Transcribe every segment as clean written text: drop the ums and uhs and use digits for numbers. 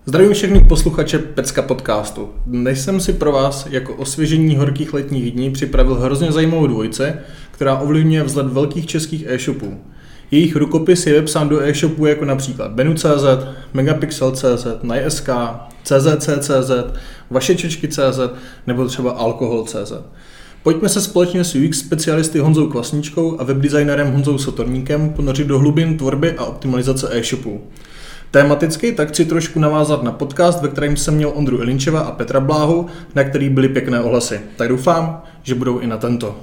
Zdravím všechny posluchače Pecka podcastu. Dnes jsem si pro vás jako osvěžení horkých letních dní připravil hrozně zajímavou dvojice, která ovlivňuje vzhled velkých českých e-shopů. Jejich rukopis je vepsán do e-shopů jako například Benu.cz, Megapixel.cz, Naj.sk, CZC.cz, Vašečečky.cz nebo třeba Alkohol.cz. Pojďme se společně s UX specialisty Honzou Kvasničkou a webdesignerem Honzou Sotorníkem ponořit do hlubin tvorby a optimalizace e-shopů. Tematicky tak chci trošku navázat na podcast, ve kterém jsem měl Ondru Ilinčeva a Petra Bláhu, na který byly pěkné ohlasy. Tak doufám, že budou i na tento.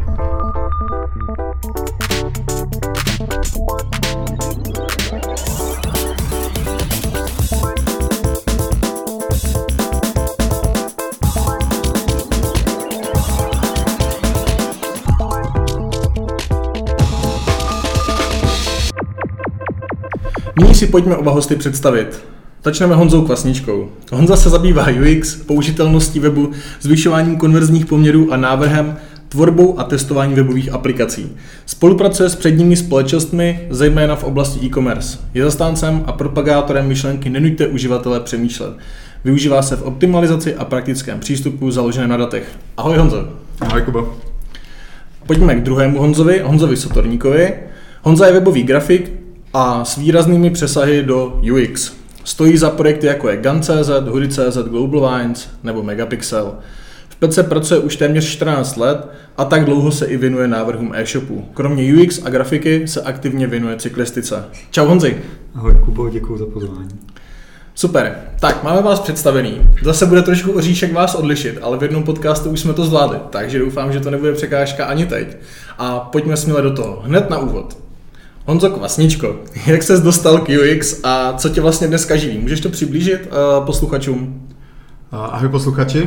Nyní si pojďme oba hosty představit. Začneme Honzou Kvasničkou. Honza se zabývá UX, použitelností webu, zvyšováním konverzních poměrů a návrhem, tvorbou a testováním webových aplikací. Spolupracuje s předními společnostmi, zejména v oblasti e-commerce. Je zastáncem a propagátorem myšlenky nenuťte uživatele přemýšlet. Využívá se v optimalizaci a praktickém přístupu založeném na datech. Ahoj Honzo. Ahoj Kubo. Pojďme k druhému Honzovi Sotorníkovi. Honza je webový grafik a s výraznými přesahy do UX. Stojí za projekty jako je Gun.cz, Hoodie.cz, Global Wines nebo Megapixel. V Pece pracuje už téměř 14 let a tak dlouho se i věnuje návrhům e-shopů. Kromě UX a grafiky se aktivně věnuje cyklistice. Čau Honzi. Ahoj Kubo, děkuji za pozvání. Super, tak máme vás představený. Zase bude trošku oříšek vás odlišit, ale v jednom podcastu už jsme to zvládli, takže doufám, že to nebude překážka ani teď. A pojďme směle do toho, hned na úvod. Honzo Kvasničko, jak ses dostal k UX a co tě vlastně dneska živí? Můžeš to přiblížit posluchačům? Ahoj posluchači.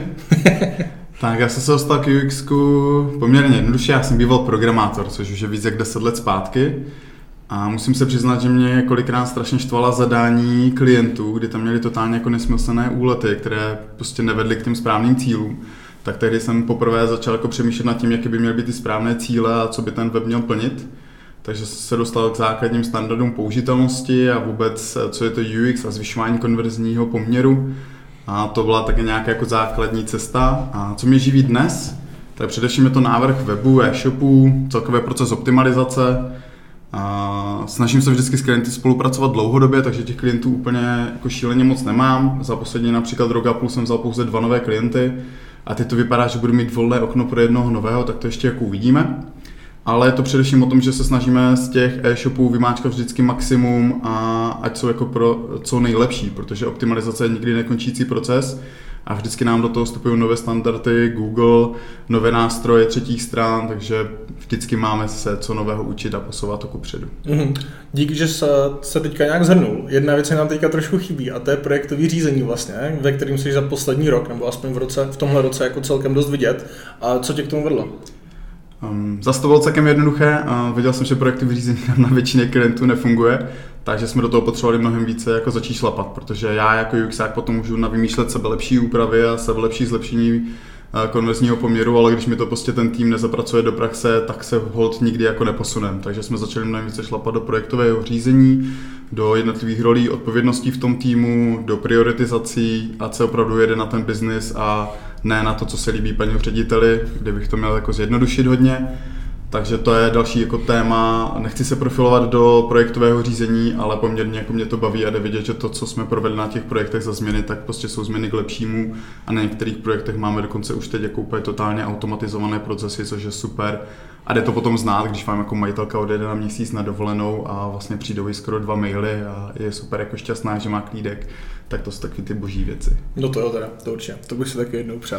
Tak já jsem se dostal k UXku poměrně jednoduše, já jsem býval programátor, což už je víc jak 10 let zpátky. A musím se přiznat, že mě kolikrát strašně štvala zadání klientů, kdy tam měli totálně jako nesmyslné úlety, které prostě nevedly k těm správným cílům. Tak tehdy jsem poprvé začal jako přemýšlet nad tím, jaké by měly být ty správné cíle a co by ten web měl plnit. Takže se dostal k základním standardům použitelnosti a vůbec, co je to UX a zvyšování konverzního poměru. A to byla také nějaká jako základní cesta. A co mě živí dnes, tak především je to návrh webu, e-shopu, celkový proces optimalizace. A snažím se vždycky s klienty spolupracovat dlouhodobě, takže těch klientů úplně jako šíleně moc nemám. Za poslední například rok a půl jsem vzal pouze 2 nové klienty a teď to vypadá, že budu mít volné okno pro jednoho nového, tak to ještě jako uvidíme. Ale je to především o tom, že se snažíme z těch e-shopů vymáčkat vždycky maximum a ať jsou jako pro co nejlepší, protože optimalizace je nikdy nekončící proces a vždycky nám do toho vstupují nové standardy, Google, nové nástroje třetích stran, takže vždycky máme se co nového učit a posouvat to kupředu. Díky, že se teďka nějak zhrnul. Jedna věc nám teďka trošku chybí a to je projektový řízení vlastně, ve kterým jsi za poslední rok, nebo aspoň v tomhle roce jako celkem dost vidět. A co tě k tomu vedlo? Zase to bylo celkem jednoduché, viděl jsem, že projektový řízení na většině klientů nefunguje, takže jsme do toho potřebovali mnohem více jako začít šlapat, protože já jako UXák potom můžu navymýšlet sebelepší úpravy a sebelepší zlepšení konverzního poměru, ale když mi to prostě ten tým nezapracuje do praxe, tak se holt nikdy jako neposunem. Takže jsme začali mnohem více šlapat do projektového řízení, do jednotlivých rolí, odpovědností v tom týmu, do prioritizací, ať se opravdu jede na ten biznis a ne na to, co se líbí paní řediteli, kde bych to měl jako zjednodušit hodně. Takže to je další jako téma. Nechci se profilovat do projektového řízení, ale poměrně jako mě to baví a jde vidět, že to, co jsme provedli na těch projektech za změny, tak prostě jsou změny k lepšímu a na některých projektech máme dokonce už teď jako úplně totálně automatizované procesy, což je super. A jde to potom znát, když vám jako majitelka odjede na měsíc na dovolenou a vlastně přijdou jí skoro 2 maily a je super jako šťastná, že má klídek, tak to jsou taky ty boží věci. No to jo teda, to určitě. To bych si taky jednou přál.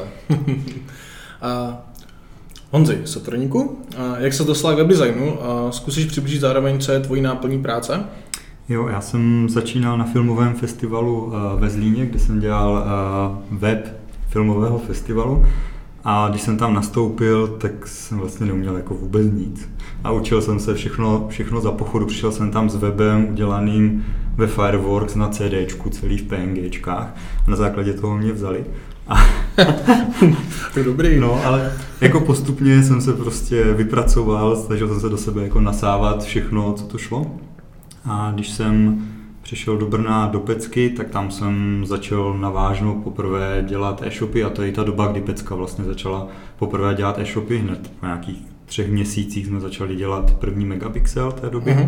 Honzi Sotorníku, jak se dostala k webdesignu? Zkusíš přiblížit zároveň, co je tvojí náplní práce? Jo, já jsem začínal na filmovém festivalu ve Zlíně, kde jsem dělal web filmového festivalu a když jsem tam nastoupil, tak jsem vlastně neuměl jako vůbec nic. A učil jsem se všechno za pochodu, přišel jsem tam s webem udělaným ve Fireworks na CDčku, celý v PNGčkách a na základě toho mě vzali. To je dobrý. No, ale jako postupně jsem se prostě vypracoval, snažil jsem se do sebe jako nasávat všechno, co to šlo. A když jsem přišel do Brna do Pecky, tak tam jsem začal navážnou poprvé dělat e-shopy a to je ta doba, kdy Pecka vlastně začala poprvé dělat e-shopy. Hned po nějakých 3 měsících jsme začali dělat první megapixel té doby.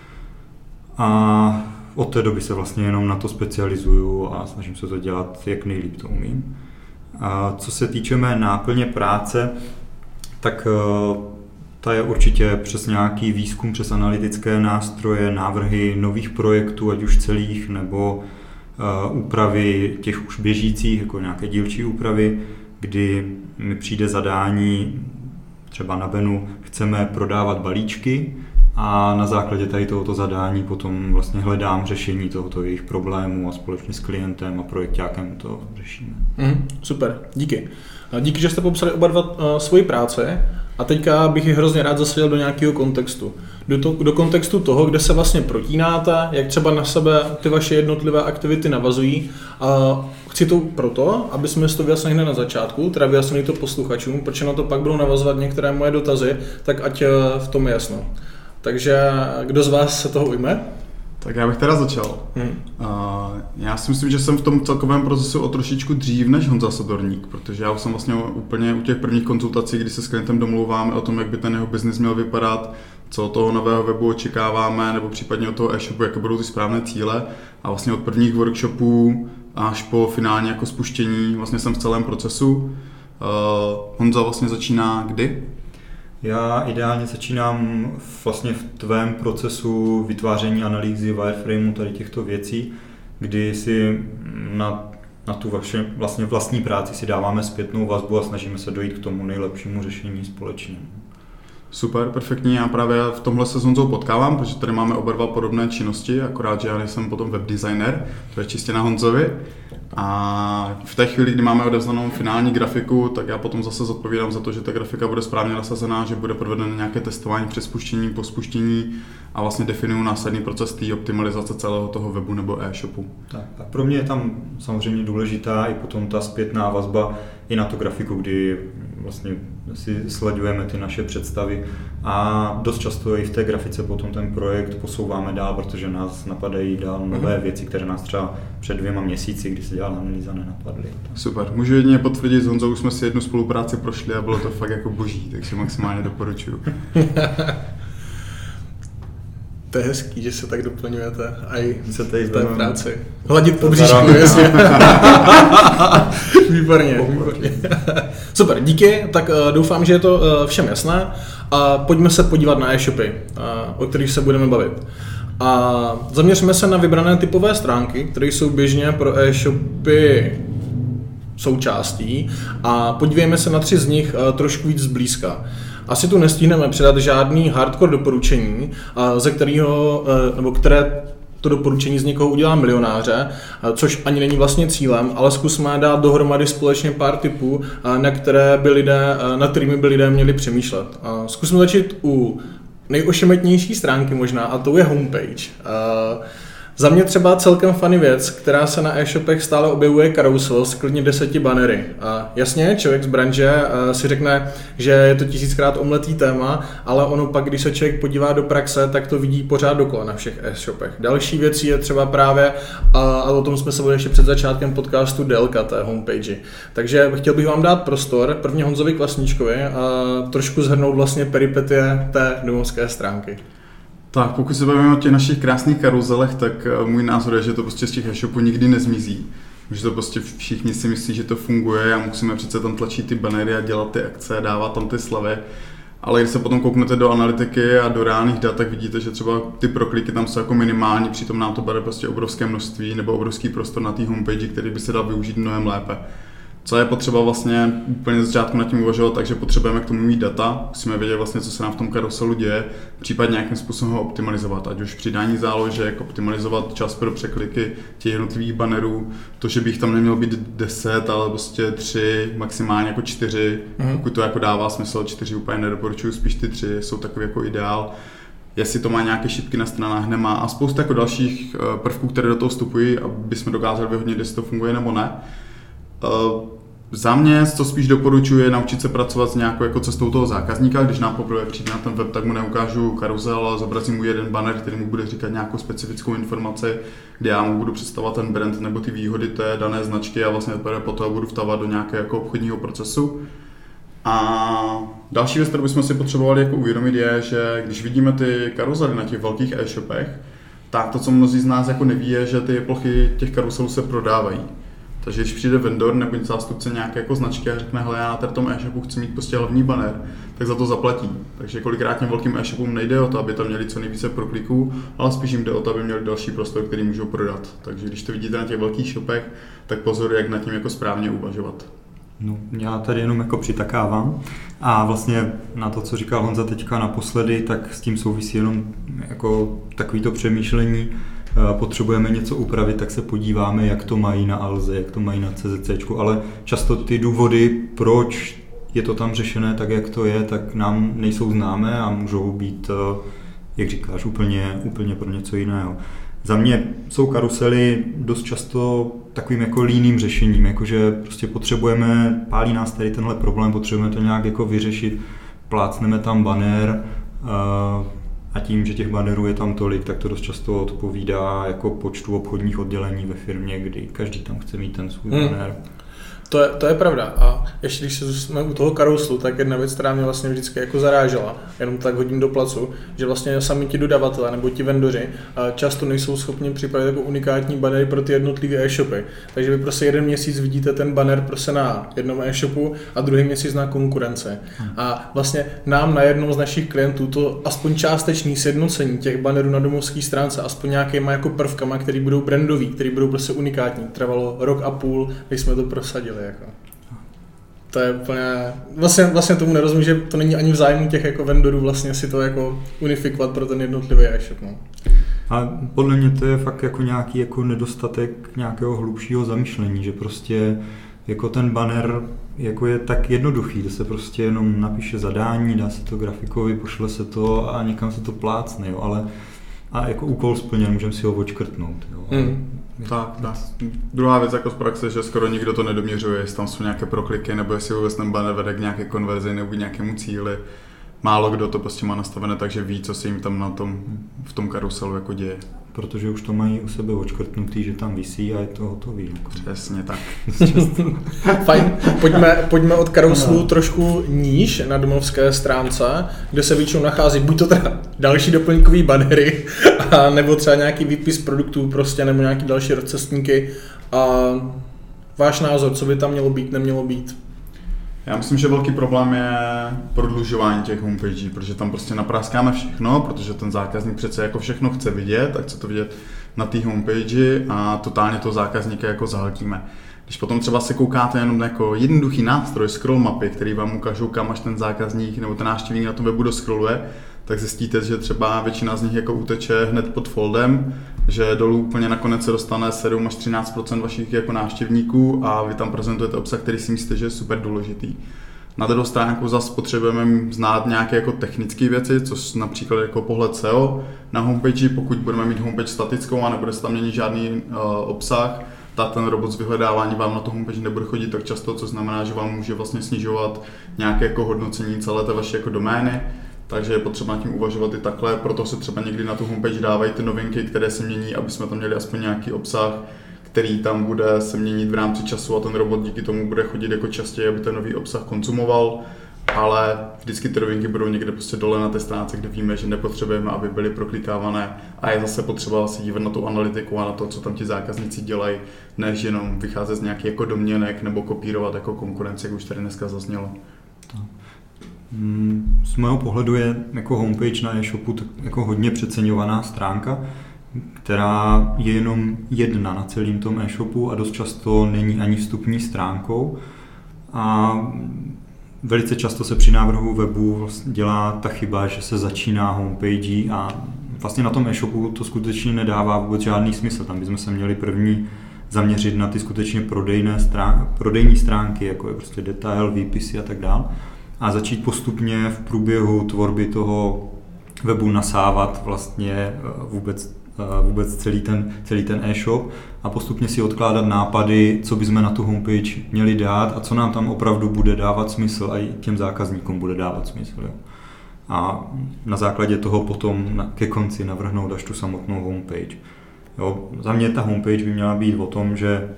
A od té doby se vlastně jenom na to specializuju a snažím se to dělat, jak nejlíp to umím. A co se týče mé náplně práce, tak ta je určitě přes nějaký výzkum, přes analytické nástroje, návrhy nových projektů, ať už celých, nebo úpravy těch už běžících, jako nějaké dílčí úpravy, kdy mi přijde zadání, třeba na Benu, chceme prodávat balíčky a na základě tady tohoto zadání potom vlastně hledám řešení tohoto jejich problému a společně s klientem a projekťákem to řešíme. Super, díky. Díky, že jste popsali oba dva svoji práce a teďka bych ji hrozně rád zasadil do nějakého kontextu. Do kontextu toho, kde se vlastně protínáte, jak třeba na sebe ty vaše jednotlivé aktivity navazují. Chci to proto, aby jsme to vyjasnili hned na začátku, teda vyjasnili to posluchačům, protože na to pak budou navazovat některé moje dotazy, tak ať v tom je jasno. Takže kdo z vás se toho ujme? Tak já bych teda začal. Já si myslím, že jsem v tom celkovém procesu o trošičku dřív než Honza Sodorník, protože já jsem vlastně úplně u těch prvních konzultací, kdy se s klientem domlouváme o tom, jak by ten jeho biznis měl vypadat, co od toho nového webu očekáváme, nebo případně od toho e-shopu, jaké budou ty správné cíle. A vlastně od prvních workshopů až po finálně jako spuštění vlastně jsem v celém procesu. Honza vlastně začíná kdy? Já ideálně začínám vlastně v tvém procesu vytváření analýzy wireframeu, tady těchto věcí, kdy si na tu vaše vlastně vlastní práci si dáváme zpětnou vazbu a snažíme se dojít k tomu nejlepšímu řešení společně. Super, perfektní. Já právě v tomhle se s Honzou potkávám, protože tady máme oba dva podobné činnosti, akorát, že já nejsem potom webdesigner, to je čistě na Honzovi. A v té chvíli, kdy máme odevzdanou finální grafiku, tak já potom zase zodpovídám za to, že ta grafika bude správně nasazená, že bude provedeno nějaké testování před spuštěním, po spuštění a vlastně definuju následný proces té optimalizace celého toho webu nebo e-shopu. Tak pro mě je tam samozřejmě důležitá i potom ta zpětná vazba i na tu grafiku, kdy vlastně si sledujeme ty naše představy a dost často i v té grafice potom ten projekt posouváme dál, protože nás napadají dál nové věci, které nás třeba před 2 měsíci, kdy se dělala analýza, nenapadly. Super, můžu jedině potvrdit, s Honzou už jsme si jednu spolupráci prošli a bylo to fakt jako boží, takže maximálně doporučuju. To je hezký, že se tak doplňujete a i se tady v té práci. Hladit po bříšku, jasně. Výborně. Super, díky, tak doufám, že je to všem jasné a pojďme se podívat na e-shopy, o kterých se budeme bavit. A zaměříme se na vybrané typové stránky, které jsou běžně pro e-shopy součástí a podívejme se na 3 z nich trošku víc zblízka. Asi tu nestihneme předat žádný hardcore doporučení, ze kterého, nebo které to doporučení z někoho udělá milionáře, což ani není vlastně cílem, ale zkusme dát dohromady společně pár tipů, nad kterými by lidé měli přemýšlet. Zkusme začít u nejošemetnější stránky možná, a to je homepage. Za mě třeba celkem funny věc, která se na e-shopech stále objevuje, karousel s klidně 10 bannery. A jasně, člověk z branže si řekne, že je to 1000krát omletý téma, ale ono pak, když se člověk podívá do praxe, tak to vidí pořád dokola na všech e-shopech. Další věcí je třeba právě, a o tom jsme se bavili ještě před začátkem podcastu, délka té homepage. Takže chtěl bych vám dát prostor, prvně Honzovi Kvasníčkovi, a trošku shrnout vlastně peripetie té domovské stránky. Tak, pokud se bavíme o těch našich krásných karuzelech, tak můj názor je, že to prostě z těch e-shopů nikdy nezmizí. Že to prostě všichni si myslí, že to funguje a musíme přece tam tlačit ty bannery a dělat ty akce, dávat tam ty slavy. Ale když se potom kouknete do analytiky a do reálných dat, tak vidíte, že třeba ty prokliky tam jsou jako minimální, přitom nám to bere prostě obrovské množství nebo obrovský prostor na té homepage, který by se dal využít mnohem lépe. Co je potřeba vlastně úplně z začátku nad tím uvažovat, takže potřebujeme k tomu mít data, musíme vědět vlastně, co se nám v tom karuselu děje, případně nějakým způsobem ho optimalizovat, ať už přidání záložek, optimalizovat čas pro překliky těch jednotlivých bannerů, to, že bych tam neměl být 10, ale prostě 3, maximálně jako 4, pokud to jako dává smysl, 4 úplně nedoporučuju, spíš ty 3 jsou takový jako ideál. Jestli to má nějaké šipky na stranách, nemá a spousta jako dalších prvků, které do toho vstupují, aby jsme dokázali vyhodnit, jestli to funguje nebo ne. Za mě, co spíš doporučuji, je naučit se pracovat s nějakou jako cestou toho zákazníka. Když nám poprvé přijde na ten web, tak mu neukážu karuzel, ale zobrazím mu jeden banner, který mu bude říkat nějakou specifickou informaci, kde já mu budu představovat ten brand nebo ty výhody té dané značky a vlastně potom ho budu vtávat do nějakého jako obchodního procesu. A další věc, kterou bychom si potřebovali jako uvědomit, je, že když vidíme ty karuzely na těch velkých e-shopech, tak to, co mnozí z nás jako neví, je, že ty plochy těch karuselů se prodávají. Takže když přijde vendor nebo zástupce nějaké jako značky a řekne, hele, já na tom e-shopu chci mít prostě hlavní banner, tak za to zaplatí. Takže kolikrát těm velkým e-shopům nejde o to, aby tam měli co nejvíce prokliků, ale spíš jim jde o to, aby měli další prostor, který můžou prodat. Takže když to vidíte na těch velkých shopech, tak pozor, jak nad tím jako správně uvažovat. No, já tady jenom jako přitakávám a vlastně na to, co říkal Honza teďka naposledy, tak s tím souvisí jenom jako takovýto přemýšlení. Potřebujeme něco upravit, tak se podíváme, jak to mají na Alze, jak to mají na CZCčku, ale často ty důvody, proč je to tam řešené tak, jak to je, tak nám nejsou známé a můžou být, jak říkáš, úplně pro něco jiného. Za mě jsou karusely dost často takovým jako líným řešením, jakože prostě potřebujeme, pálí nás tady tenhle problém, potřebujeme to nějak jako vyřešit, plácneme tam banner a tím, že těch bannerů je tam tolik, tak to dost často odpovídá jako počtu obchodních oddělení ve firmě, kdy každý tam chce mít ten svůj banner. To je pravda. A ještě když jsme u toho karuslu, tak jedna věc, která mě vlastně vždycky jako zarážela, jenom tak hodím do placu, že vlastně sami ti dodavatelé nebo ti vendoři často nejsou schopni připravit jako unikátní bannery pro ty jednotlivé e-shopy. Takže vy prostě jeden měsíc vidíte ten banner prostě na jednom e-shopu a druhý měsíc na konkurence. A vlastně nám na jednom z našich klientů to aspoň částečný sjednocení těch bannerů na domovské stránce, aspoň nějakýma jako prvkama, které budou brandový, které budou prostě unikátní, trvalo rok a půl, když jsme to prosadili. Jako. To je úplně, vlastně tomu nerozumím, že to není ani v zájmu těch jako vendorů vlastně si to jako unifikovat pro ten jednotlivý e-shop. No. A podle mě to je fakt jako nějaký jako nedostatek nějakého hlubšího zamýšlení, že prostě jako ten banner jako je tak jednoduchý, že se prostě jenom napíše zadání, dá se to grafikovi, pošle se to a někam se to plácne, jo, ale a jako úkol splněn, můžeme si ho odškrtnout. Jo. Tak. Druhá věc jako z praxe, že skoro nikdo to nedoměřuje, jestli tam jsou nějaké prokliky, nebo jestli vůbec ten banner vede k nějaké konverzi nebo k nějakému cíli. Málo kdo to prostě má nastavené, takže ví, co se jim tam v tom karuselu jako děje. Protože už to mají u sebe odškrtnutý, že tam visí a je to hotový. Přesně tak. Fajn, pojďme od karuslu trošku níž na domovské stránce, kde se většinou nachází buď to teda další doplňkový bannery, nebo třeba nějaký výpis produktů prostě, nebo nějaký další rozcestníky. A váš názor, co by tam mělo být, nemělo být? Já myslím, že velký problém je prodlužování těch homepagí, protože tam prostě napráskáme všechno, protože ten zákazník přece jako všechno chce vidět a chce to vidět na té homepage a totálně toho zákazníka jako zahltíme. Když potom třeba se koukáte jenom na jako jednoduchý nástroj scroll mapy, který vám ukážou, kam až ten zákazník nebo ten návštěvník na tom webu doscrolluje, tak zjistíte, že třeba většina z nich jako uteče hned pod foldem, že dolů úplně nakonec se dostane 7 až 13% vašich jako návštěvníků a vy tam prezentujete obsah, který si myslíte, že je super důležitý. Na druhou stránku zase potřebujeme znát nějaké jako technické věci, což například jako pohled SEO na homepage, pokud budeme mít homepage statickou a nebude se tam měnit žádný obsah, tak ten robot z vyhledávání vám na to homepage nebude chodit tak často, což znamená, že vám může vlastně snižovat nějaké jako hodnocení celé té vaší jako domény. Takže je potřeba nad tím uvažovat i takhle, proto se třeba někdy na tu homepage dávají ty novinky, které se mění, aby jsme tam měli aspoň nějaký obsah, který tam bude se měnit v rámci času a ten robot díky tomu bude chodit jako častěji, aby ten nový obsah konzumoval, ale vždycky ty novinky budou někde prostě dole na té stránce, kde víme, že nepotřebujeme, aby byly proklikávané a je zase potřeba se dívat na tu analytiku a na to, co tam ti zákazníci dělají, než jenom vycházet z nějakých jako domněnek nebo kopírovat jako konkurenci, jak už tady dneska zaznělo. Z mého pohledu je jako homepage na e-shopu tak jako hodně přeceňovaná stránka, která je jenom jedna na celém tom e-shopu a dost často není ani vstupní stránkou. A velice často se při návrhu webu dělá ta chyba, že se začíná homepage a vlastně na tom e-shopu to skutečně nedává vůbec žádný smysl. Tam bychom se měli první zaměřit na ty skutečně prodejní stránky, jako je prostě detail, výpisy a tak dále. A začít postupně v průběhu tvorby toho webu nasávat vlastně vůbec vůbec celý ten e-shop a postupně si odkládat nápady, co bychom na tu homepage měli dát a co nám tam opravdu bude dávat smysl a i těm zákazníkům bude dávat smysl. Jo. A na základě toho potom ke konci navrhnout až tu samotnou homepage. Jo. Za mě ta homepage by měla být o tom, že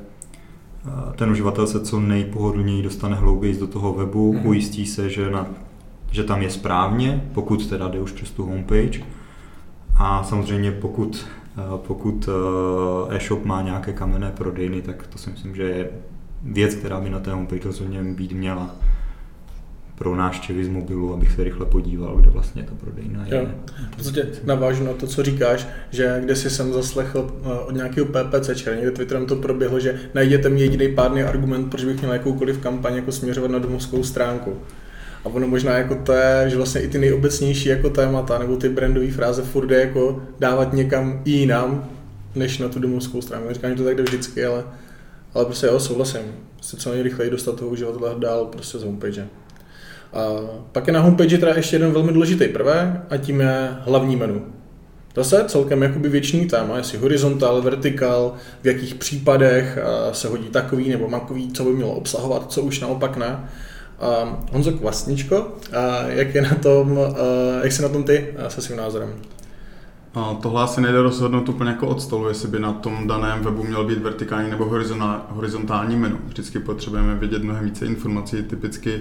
ten uživatel se co nejpohodlněji dostane hlouběji do toho webu, ujistí se, že tam je správně, pokud teda jde už přes tu homepage. A samozřejmě pokud e-shop má nějaké kamenné prodejny, tak to si myslím, že je věc, která by na té homepage rozhodně být měla pro návštěvy z mobilu, abych se rychle podíval, kde vlastně ta prodejna je. Jo. V podstatě navážu na to, co říkáš, že kdysi jsem zaslechl od nějakého PPCčka, někde Twitterem to proběhlo, že najděte mi jediný pádný argument, proč bych měl jakoukoliv kampaň jako směřovat na domovskou stránku. A ono možná jako to je, že vlastně i ty nejobecnější jako témata nebo ty brandové fráze furt jde jako dávat někam i jinam, než na tu domovskou stránku. Neříkám, že to tak jde vždycky, ale prostě jo, souhlasím. Prostě co nejrychleji dostat toho uživatele dál prostě z homepage. A pak je na homepage teda ještě jeden velmi důležitý prvek a tím je hlavní menu. Zase celkem jakoby věčný téma, jestli horizontál, vertikál, v jakých případech se hodí takový nebo makový, co by mělo obsahovat, co už naopak ne. Honzo Kvasničko, jak jsi na tom ty se svým názorem? Tohle asi nejde rozhodnout úplně jako od stolu, jestli by na tom daném webu měl být vertikální nebo horizontální menu. Vždycky potřebujeme vědět mnohem více informací, typicky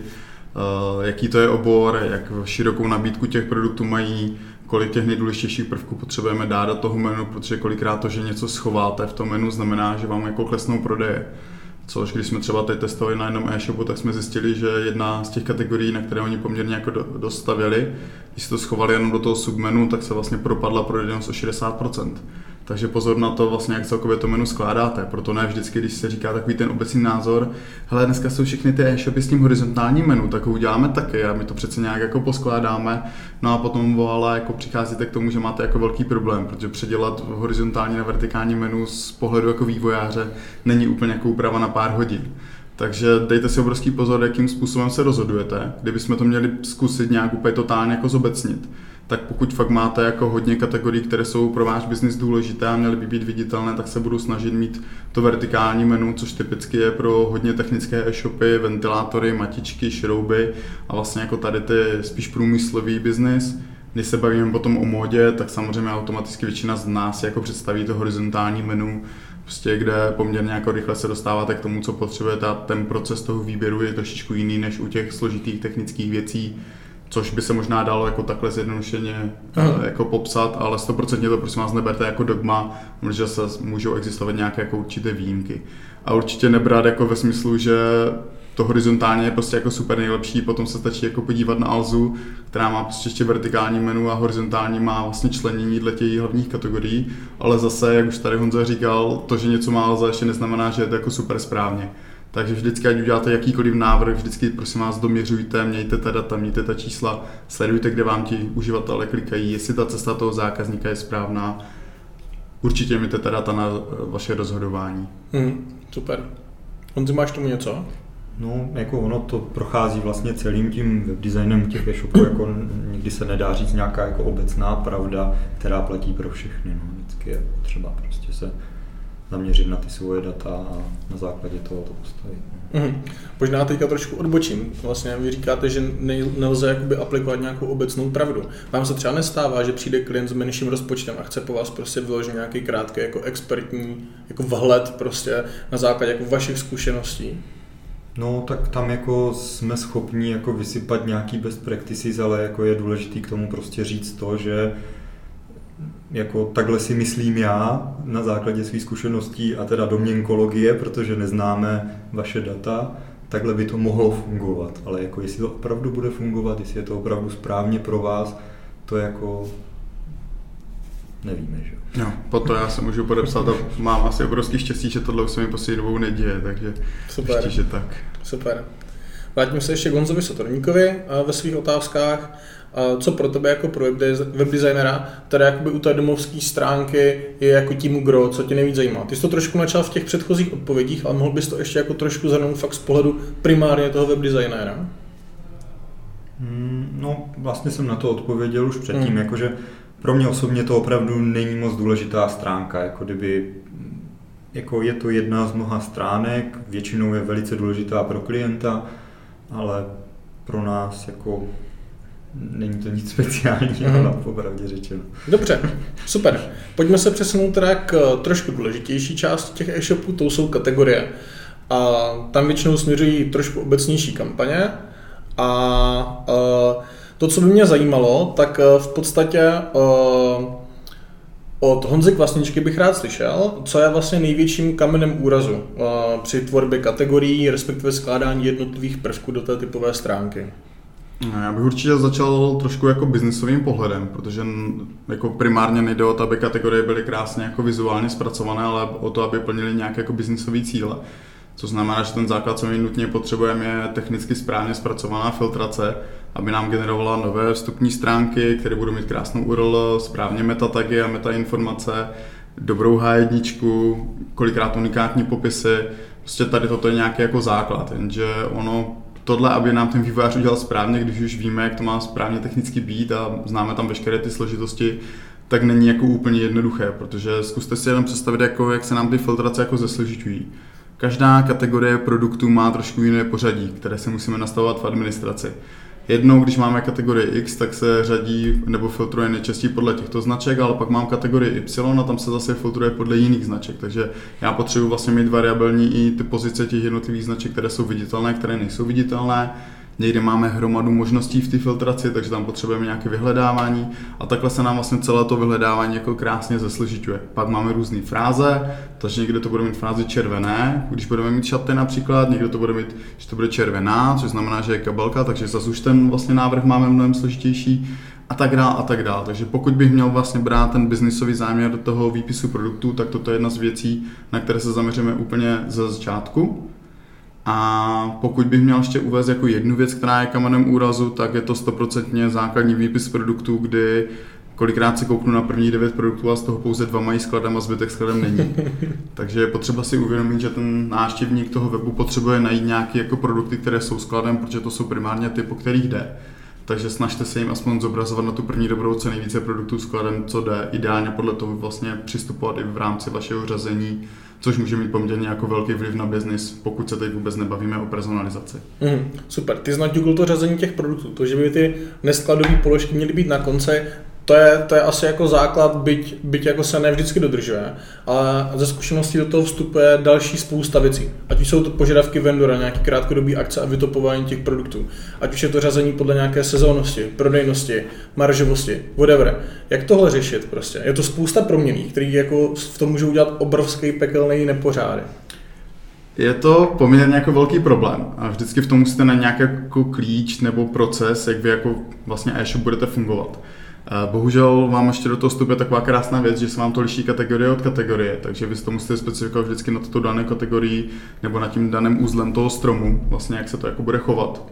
jaký to je obor, jak širokou nabídku těch produktů mají, kolik těch nejdůležitějších prvků potřebujeme dát do toho menu, protože kolikrát to, že něco schováte v tom menu, znamená, že vám jako klesnou prodeje. Což když jsme třeba teď testovali na jednom e-shopu, tak jsme zjistili, že jedna z těch kategorií, na které oni poměrně jako dostavili, když si to schovali jenom do toho submenu, tak se vlastně propadla prodejnost o 60%. Takže pozor na to, vlastně, jak celkově to menu skládáte. Proto ne vždycky, když se říká takový ten obecný názor, hele, dneska jsou všechny ty e-shopy s tím horizontálním menu, tak ho uděláme taky a my to přece nějak jako poskládáme. No a potom ale jako přicházíte k tomu, že máte jako velký problém, protože předělat horizontální na vertikální menu z pohledu jako vývojáře není úplně jako úprava na pár hodin. Takže dejte si obrovský pozor, jakým způsobem se rozhodujete. Kdybychom to měli zkusit nějak úplně totálně jako zobecnit, tak pokud fakt máte jako hodně kategorií, které jsou pro váš biznis důležité a měly by být viditelné, tak se budu snažit mít to vertikální menu, což typicky je pro hodně technické e-shopy, ventilátory, matičky, šrouby a vlastně jako tady ty spíš průmyslový biznis. Když se bavíme potom o módě, tak samozřejmě automaticky většina z nás jako představí to horizontální menu, prostě kde poměrně jako rychle se dostáváte k tomu, co potřebujete a ten proces toho výběru je trošičku jiný než u těch složitých technických věcí, což by se možná dalo jako takhle zjednodušeně jako popsat, ale 100% to prosím vás neberte jako dogma, protože se můžou existovat nějaké jako určité výjimky. A určitě nebrat jako ve smyslu, že to horizontálně je prostě jako super nejlepší, potom se stačí jako podívat na Alzu, která má prostě ještě vertikální menu a horizontální má vlastně členění dle těch hlavních kategorií, ale zase, jak už tady Honza říkal, to, že něco má Alza, ještě neznamená, že je to jako super správně. Takže vždycky, ať uděláte jakýkoliv návrh, vždycky prosím vás doměřujte, mějte ta data, mějte ta čísla, sledujte, kde vám ti uživatelé klikají, jestli ta cesta toho zákazníka je správná. Určitě mějte ta data na vaše rozhodování. Super. Honzi, máš tomu něco? No, jako ono to prochází vlastně celým tím webdesignem těch e-shopů, jako nikdy se nedá říct nějaká jako obecná pravda, která platí pro všechny. No. Vždycky je potřeba prostě se zaměřit na ty svoje data a na základě toho to postavit. Možná teďka trošku odbočím. Vlastně vy říkáte, že nelze jakoby aplikovat nějakou obecnou pravdu. Vám se třeba nestává, že přijde klient s menším rozpočtem a chce po vás prostě vyložit nějaký krátký jako expertní jako vhled prostě na základě jako vašich zkušeností? No, tak tam jako jsme schopni jako vysypat nějaký best practices, ale jako je důležitý k tomu prostě říct to, že jako takhle si myslím já na základě svých zkušeností a teda domněnkologie, protože neznáme vaše data, takhle by to mohlo fungovat, ale jako jestli to opravdu bude fungovat, jestli je to opravdu správně pro vás, to jako nevíme, že? No, po to já se můžu podepsat a mám asi obrovský štěstí, že tohle už se mi poslední dobou neděje, takže super. Ještě, že tak. Super. Vrátím se ještě k Honzovi Sotorníkovi ve svých otázkách. Co pro tebe jako pro webdesignera, teda jakoby u té domovské stránky je jako tím gro, co tě nejvíc zajímá? Ty jsi to trošku načal v těch předchozích odpovědích, ale mohl bys to ještě jako trošku zhrnout fakt z pohledu primárně toho webdesignera? No, vlastně jsem na to odpověděl už předtím, jakože Pro mě osobně to opravdu není moc důležitá stránka, jako kdyby jako je to jedna z mnoha stránek, většinou je velice důležitá pro klienta, ale pro nás jako není to nic speciálního, popravdě řečeno. Dobře, super. Pojďme se přesunout teda k trošku důležitější části těch e-shopů, to jsou kategorie. A tam většinou směřují trošku obecnější kampaně a to, co by mě zajímalo, tak v podstatě od Honzy Kvasničky bych rád slyšel, co je vlastně největším kamenem úrazu při tvorbě kategorií, respektive skládání jednotlivých prvků do té typové stránky. Já bych určitě začal trošku jako biznisovým pohledem, protože jako primárně nejde o to, aby kategorie byly krásně jako vizuálně zpracované, ale o to, aby plnily nějaké jako biznisové cíle. Co znamená, že ten základ, co my nutně potřebujeme, je technicky správně zpracovaná filtrace, aby nám generovala nové vstupní stránky, které budou mít krásnou URL, správně metatagy a metainformace, dobrou H1, kolikrát unikátní popisy. Prostě tady toto je nějaký jako základ, jenže ono tohle, aby nám ten vývojář udělal správně, když už víme, jak to má správně technicky být a známe tam veškeré ty složitosti, tak není jako úplně jednoduché, protože zkuste si jenom představit, jako, jak se nám ty filtrace jako zesložiťují. Každá kategorie produktů má trošku jiné pořadí, které se musíme nastavovat v administraci. Jednou, když máme kategorii X, tak se řadí nebo filtruje nejčastěji podle těchto značek, ale pak mám kategorii Y a tam se zase filtruje podle jiných značek. Takže já potřebuji vlastně mít variabilní i ty pozice těch jednotlivých značek, které jsou viditelné, které nejsou viditelné. Někde máme hromadu možností v té filtraci, takže tam potřebujeme nějaké vyhledávání a takhle se nám vlastně celé to vyhledávání jako krásně zesložiťuje. Pak máme různé fráze, takže někde to bude mít frázi červené, když budeme mít šaty například, někde to bude mít, že to bude červená, což znamená, že je kabelka, takže zase už ten vlastně návrh máme mnohem složitější a tak dále a tak dále. Takže pokud bych měl vlastně brát ten biznisový záměr do toho výpisu produktů, tak toto je jedna z věcí, na které se zaměříme úplně ze začátku. A pokud bych měl ještě uvést jako jednu věc, která je kamenem úrazu, tak je to 100% základní výpis produktů, kdy kolikrát si kouknu na první 9 produktů a z toho pouze 2 mají skladem a zbytek skladem není. Takže je potřeba si uvědomit, že ten návštěvník toho webu potřebuje najít nějaké jako produkty, které jsou skladem, protože to jsou primárně ty, po kterých jde. Takže snažte se jim aspoň zobrazovat na tu první dobrou co nejvíce produktů skladem, co jde. Ideálně podle toho vlastně přistupovat i v rámci vašeho řazení, což může mít poměrně jako velký vliv na biznis, pokud se teď vůbec nebavíme o personalizaci. Super, ty jsi naťukl to řazení těch produktů, to, že by ty neskladové položky měly být na konci, to je asi jako základ, byť jako se ne vždycky dodržuje, ale ze zkušeností do toho vstupuje další spousta věcí. Ať už jsou to požadavky vendora, nějaký krátkodobý akce a vytopování těch produktů, ať už je to řazení podle nějaké sezónnosti, prodejnosti, maržovosti, whatever. Jak tohle řešit prostě? Je to spousta proměnných, který jako v tom můžou udělat obrovský pekelný nepořádek. Je to poměrně jako velký problém a vždycky v tom musíte na nějaký jako klíč nebo proces, jak vy jako vlastně e-shop budete fungovat. Bohužel vám ještě do toho vstupuje taková krásná věc, že se vám to liší kategorie od kategorie, takže vy to musíte specifikovat vždycky na tuto dané kategorii nebo na tím daném uzlem toho stromu, vlastně jak se to jako bude chovat.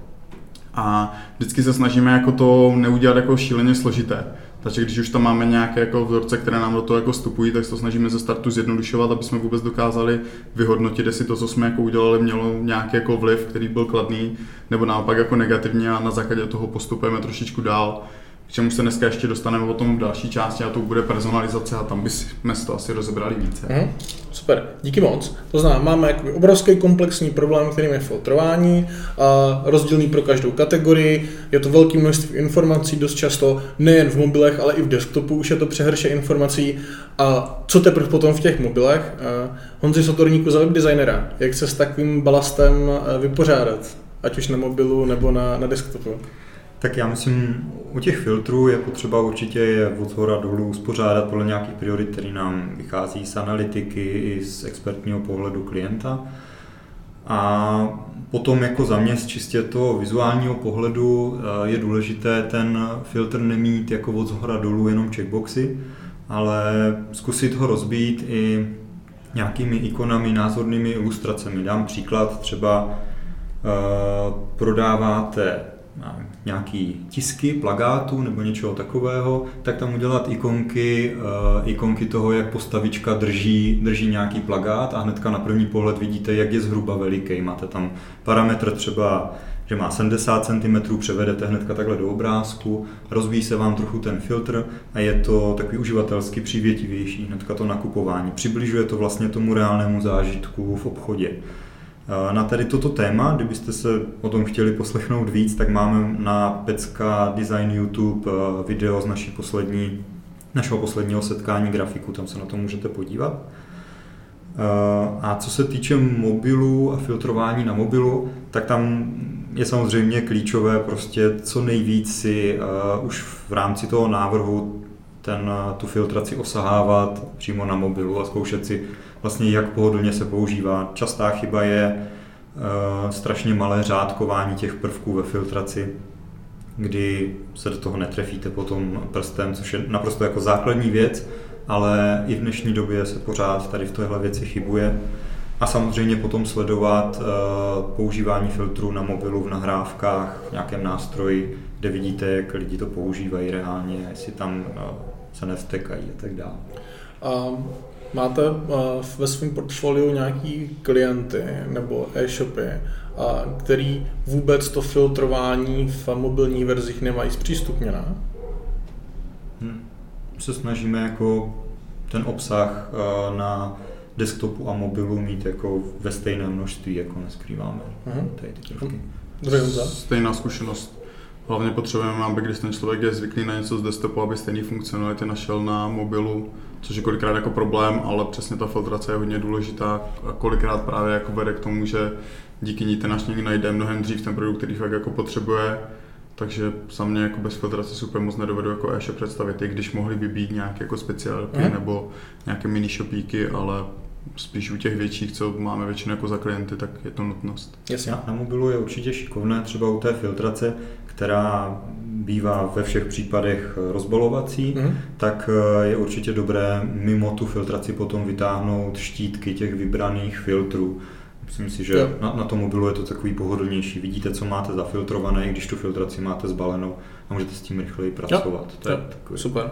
A vždycky se snažíme jako to neudělat jako šíleně složité. Takže když už tam máme nějaké jako vzorce, které nám do toho jako vstupují, tak se to snažíme ze startu zjednodušovat, aby jsme vůbec dokázali vyhodnotit, jestli to, co jsme jako udělali, mělo nějaký jako vliv, který byl kladný, nebo naopak jako negativní a na základě toho postupujeme trošičku dál. K čemu se dneska ještě dostaneme o tom v další části a to bude personalizace a tam bychom to asi rozebrali více. Super, díky moc. To znamená, máme obrovský komplexní problém, kterým je filtrování, rozdílný pro každou kategorii, je to velké množství informací, dost často nejen v mobilech, ale i v desktopu už je to přehrše informací. A co teprve potom v těch mobilech? Honzi Sotorníku za webdesignera, jak se s takovým balastem vypořádat, ať už na mobilu nebo na desktopu? Tak já myslím, u těch filtrů je potřeba určitě je od shora dolů uspořádat podle nějakých priorit, které nám vychází z analytiky i z expertního pohledu klienta. A potom jako za mě z čistě toho vizuálního pohledu je důležité ten filtr nemít jako od shora dolů jenom checkboxy, ale zkusit ho rozbít i nějakými ikonami, názornými ilustracemi. Dám příklad, třeba prodáváte nějaký tisky, plakátů nebo něčeho takového, tak tam udělat ikonky toho, jak postavička drží nějaký plakát a hnedka na první pohled vidíte, jak je zhruba veliký. Máte tam parametr třeba, že má 70 cm, převedete hnedka takhle do obrázku, rozvíjí se vám trochu ten filtr a je to takový uživatelsky přívětivější, hnedka to nakupování. Přibližuje to vlastně tomu reálnému zážitku v obchodě. Na tady toto téma, kdybyste se o tom chtěli poslechnout víc, tak máme na Pecka Design YouTube video z našeho posledního setkání grafiků, tam se na to můžete podívat. A co se týče mobilu a filtrování na mobilu, tak tam je samozřejmě klíčové prostě co nejvíc si už v rámci toho návrhu tu filtraci osahávat přímo na mobilu a zkoušet si vlastně, jak pohodlně se používá. Častá chyba je strašně malé řádkování těch prvků ve filtraci, kdy se do toho netrefíte potom prstem, což je naprosto jako základní věc, ale i v dnešní době se pořád tady v téhle věci chybuje. A samozřejmě potom sledovat používání filtru na mobilu v nahrávkách, v nějakém nástroji, kde vidíte, jak lidi to používají reálně, jestli tam se nevtekají a tak dále. Máte ve svém portfoliu nějaký klienty nebo e-shopy, který vůbec to filtrování v mobilních verzích nemají zpřístupněné? Se snažíme jako ten obsah na desktopu a mobilu mít jako ve stejném množství, jako neskrýváme tady ty prvky. Stejná zkušenost. Hlavně potřebujeme, aby když ten člověk je zvyklý na něco z desktopu, aby stejný funkcionality našel na mobilu, což je kolikrát jako problém, ale přesně ta filtrace je hodně důležitá a kolikrát právě jako vede k tomu, že díky ní ten naštění najde mnohem dřív ten produkt, který fakt jako potřebuje. Takže za mě jako bez filtrace super moc nedovedu jako e-shop představit, i když mohly by být nějaké jako speciálky nebo nějaké mini shopíky, ale spíš u těch větších, co máme většinou jako za klienty, tak je to nutnost. Jasně. Na mobilu je určitě šikovné třeba u té filtrace, která bývá ve všech případech rozbalovací, tak je určitě dobré mimo tu filtraci potom vytáhnout štítky těch vybraných filtrů. Myslím si, že na tom mobilu je to takový pohodlnější. Vidíte, co máte zafiltrované, i když tu filtraci máte zbalenou a můžete s tím rychleji pracovat. To je takový. Super.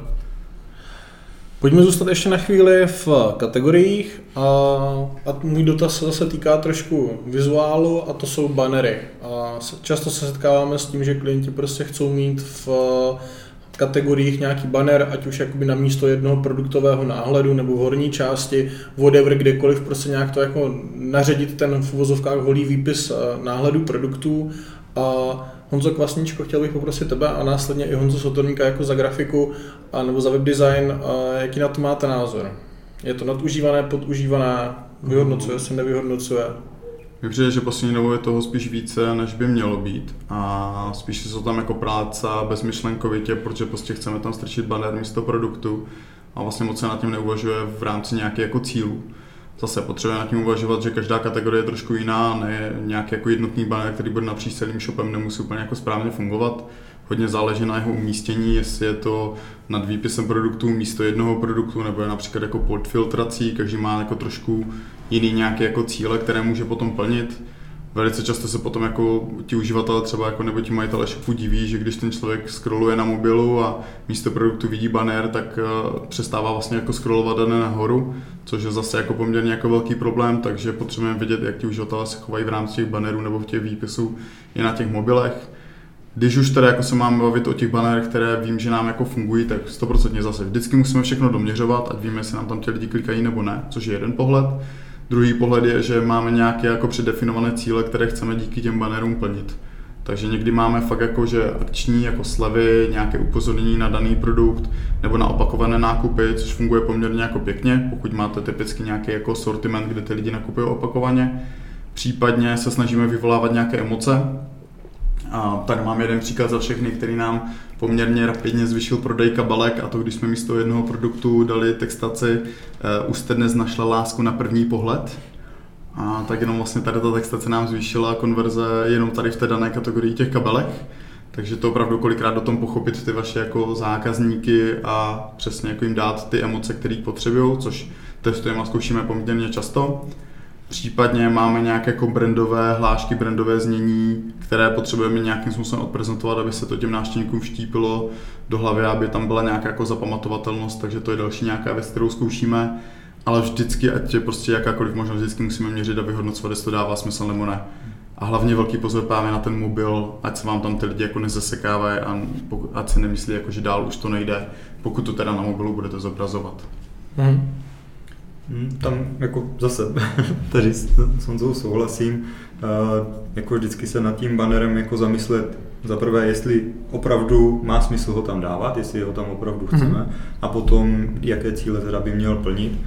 Pojďme zůstat ještě na chvíli v kategoriích a můj dotaz se zase týká trošku vizuálu a to jsou bannery. Často se setkáváme s tím, že klienti prostě chcou mít v kategoriích nějaký banner, ať už jakoby na místo jednoho produktového náhledu nebo v horní části, whatever, kdekoliv, prostě nějak to jako naředit ten v uvozovkách holý výpis náhledu produktů. Honzo Kvasničko, chtěl bych poprosit tebe a následně i Honzo Sotorníka jako za grafiku nebo za webdesign, jaký na to máte názor? Je to nadužívané, podužívané, vyhodnocuje se, nevyhodnocuje? Mně přijde, že poslední dobou je toho spíš více, než by mělo být a spíš se to tam jako práca bezmyšlenkovitě, protože prostě chceme tam strčit banner místo produktu a vlastně moc se nad tím neuvažuje v rámci nějakých jako cílů. Zase potřebujeme nad tím uvažovat, že každá kategorie je trošku jiná, ne nějaký jako jednotný banner, který bude napříč celým shopem, nemusí úplně jako správně fungovat. Hodně záleží na jeho umístění, jestli je to nad výpisem produktů místo jednoho produktu, nebo je například jako pod filtrací, každý má jako trošku jiný nějaké jako cíle, které může potom plnit. Velice často se potom jako ti uživatelé třeba jako nebo ti majitelé shopu diví, že když ten člověk scrolluje na mobilu a místo produktu vidí banner, tak přestává vlastně jako scrollovat dané nahoru, což je zase jako poměrně jako velký problém, takže potřebujeme vědět, jak ti uživatelé se chovají v rámci těch bannerů nebo v těch výpisů i na těch mobilech. Když už teda jako se máme bavit o těch bannerech, které vím, že nám jako fungují, tak 100% zase vždycky musíme všechno doměřovat, ať víme, jestli nám tam ti lidi klikají nebo ne, což je jeden pohled. Druhý pohled je, že máme nějaké jako předdefinované cíle, které chceme díky těm bannerům plnit. Takže někdy máme fakt jako, že akční jako slevy, nějaké upozornění na daný produkt nebo na opakované nákupy, což funguje poměrně jako pěkně, pokud máte typicky nějaký jako sortiment, kde ty lidi nakupují opakovaně. Případně se snažíme vyvolávat nějaké emoce. A tady mám jeden příklad za všechny, který nám poměrně rapidně zvýšil prodej kabelek, a to když jsme místo jednoho produktu dali textaci už jste dnes našla lásku na první pohled. A tak jenom vlastně tady ta textace nám zvýšila konverze jenom tady v té dané kategorii těch kabelek. Takže to opravdu kolikrát do tom pochopit ty vaše jako zákazníky a přesně jako jim dát ty emoce, které potřebují, což testujeme a zkoušíme poměrně často. Případně máme nějaké jako brandové hlášky, brandové znění, které potřebujeme nějakým způsobem odprezentovat, aby se to těm návštěvníkům vštípilo do hlavy, aby tam byla nějaká jako zapamatovatelnost, takže to je další nějaká věc, kterou zkoušíme. Ale vždycky, ať je prostě jakákoliv možnost, vždycky musíme měřit a vyhodnocovat, jestli to dává smysl nebo ne. A hlavně velký pozor právě na ten mobil, ať se vám tam ty lidi jako nezasekávají a ať se nemyslí, jako, že dál už to nejde, pokud to teda na mobilu budete zobrazovat. Tam jako zase, tady s Honzou souhlasím, jako vždycky se nad tím bannerem jako zamyslet za prvé, jestli opravdu má smysl ho tam dávat, jestli ho tam opravdu chceme a potom, jaké cíle teda by měl plnit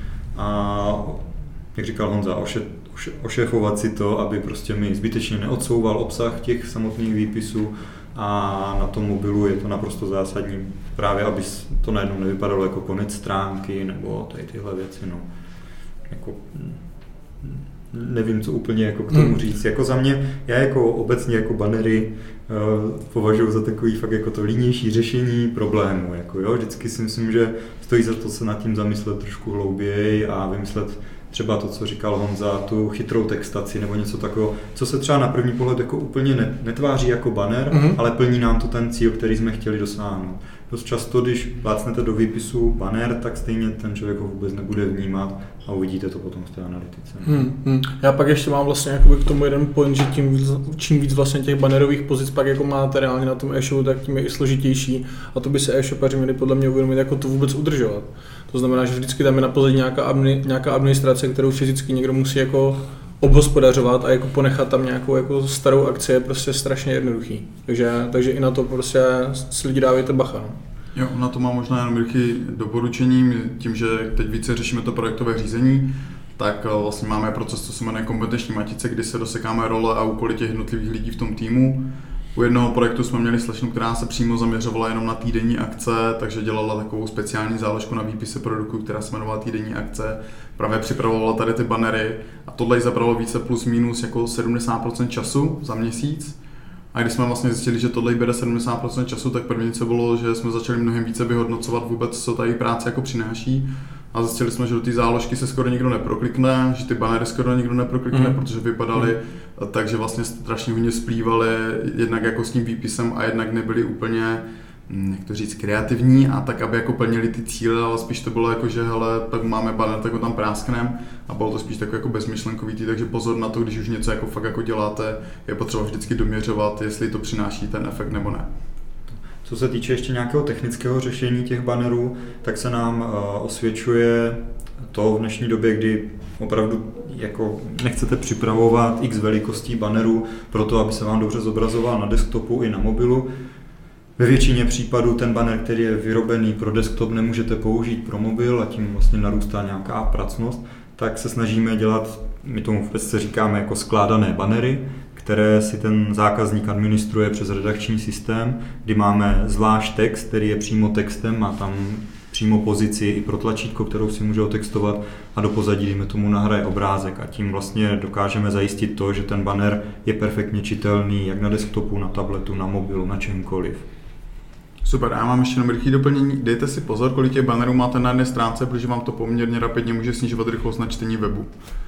a jak říkal Honza, ošéfovat si to, aby prostě mi zbytečně neodsouval obsah těch samotných výpisů a na tom mobilu je to naprosto zásadní, právě aby to najednou nevypadalo jako konec stránky nebo tady tyhle věci. No. Jako, nevím, co úplně jako k tomu říct. Jako za mě, já jako obecně jako bannery považuji za takový fakt jako to línější řešení problému. Jako, jo? Vždycky si myslím, že stojí za to se nad tím zamyslet trošku hlouběji a vymyslet třeba to, co říkal Honza, tu chytrou textaci nebo něco takového, co se třeba na první pohled jako úplně netváří jako banner, ale plní nám to ten cíl, který jsme chtěli dosáhnout. Dost často, když plácnete do výpisu banner, tak stejně ten člověk ho vůbec nebude vnímat a uvidíte to potom v té analytice. Já pak ještě mám vlastně k tomu jeden point, že čím víc vlastně těch bannerových pozic pak jako máte reálně na tom e-shopu, tak tím je i složitější a to by se e-shopaři měli podle mě uvědomit, jako to vůbec udržovat. To znamená, že vždycky tam je na pozadí nějaká administrace, kterou fyzicky někdo musí jako obhospodařovat a jako ponechat tam nějakou jako starou akci je prostě strašně jednoduchý. Takže i na to prostě si lidi dávejte bacha. No. Jo, na to mám možná jenom rychlé doporučení, tím, že teď více řešíme to projektové řízení, tak vlastně máme proces, co se jmenuje kompetenční matice, kdy se dosekáme role a úkoly těch jednotlivých lidí v tom týmu. U jednoho projektu jsme měli slečnu, která se přímo zaměřovala jenom na týdenní akce, takže dělala takovou speciální záložku na výpisy produktu, která se jmenovala týdenní akce. Právě připravovala tady ty bannery a tohle jí zabralo více plus minus jako 70% času za měsíc. A když jsme vlastně zjistili, že tohle jí bere 70% času, tak první co bylo, že jsme začali mnohem více vyhodnocovat vůbec, co tady práce jako přináší. A zjistili jsme, že do té záložky se skoro nikdo neproklikne, že ty bannery skoro nikdo neproklikne, protože vypadaly takže vlastně strašně hodně splývaly jednak jako s tím výpisem a jednak nebyly úplně, jak to říct, kreativní a tak, aby jako plnili ty cíle, ale spíš to bylo jako, že hele, tak máme banner, tak ho tam práskneme a bylo to spíš takové jako bezmyšlenkovitý, takže pozor na to, když už něco jako fakt jako děláte, je potřeba vždycky doměřovat, jestli to přináší ten efekt nebo ne. Co se týče ještě nějakého technického řešení těch bannerů, tak se nám osvědčuje to v dnešní době, kdy opravdu jako nechcete připravovat x velikostí bannerů pro to, aby se vám dobře zobrazoval na desktopu i na mobilu. Ve většině případů ten banner, který je vyrobený pro desktop, nemůžete použít pro mobil a tím vlastně narůstá nějaká pracnost, tak se snažíme dělat, my tomu v pesce říkáme jako skládané bannery, které si ten zákazník administruje přes redakční systém, kdy máme zvlášť text, který je přímo textem, má tam přímo pozici i pro tlačítko, kterou si může otextovat a do pozadí, dejme tomu, nahraje obrázek a tím vlastně dokážeme zajistit to, že ten banner je perfektně čitelný jak na desktopu, na tabletu, na mobilu, na čemkoliv. Super, já mám ještě jenom rychlé doplnění. Dejte si pozor, kolik těch bannerů máte na jedné stránce, protože vám to poměrně rapidně může snižovat rychlost na čtení webu.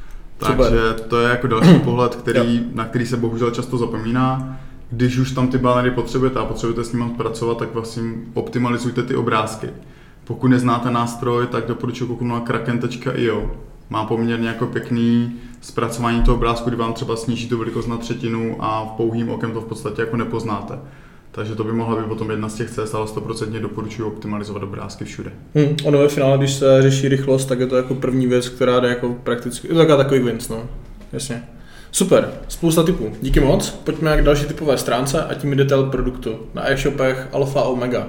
Takže to je jako další pohled, na který se bohužel často zapomíná. Když už tam ty bannery potřebujete a potřebujete s nimi pracovat, tak vlastně optimalizujte ty obrázky. Pokud neznáte nástroj, tak doporučuji kouknout na kraken.io. Má poměrně jako pěkný zpracování toho obrázku, kdy vám třeba sníží tu velikost na třetinu a v pouhým okem to v podstatě jako nepoznáte. Takže to by mohla být potom jedna z těch cest, ale 100% doporučuji optimalizovat obrázky všude. Ono ve finále, když se řeší rychlost, tak je to jako první věc, která jde jako prakticky, je to takový wins, no, jasně. Super, spousta tipů, díky moc, pojďme k další typové stránce a tím je detail produktu. Na e-shopech alfa a omega.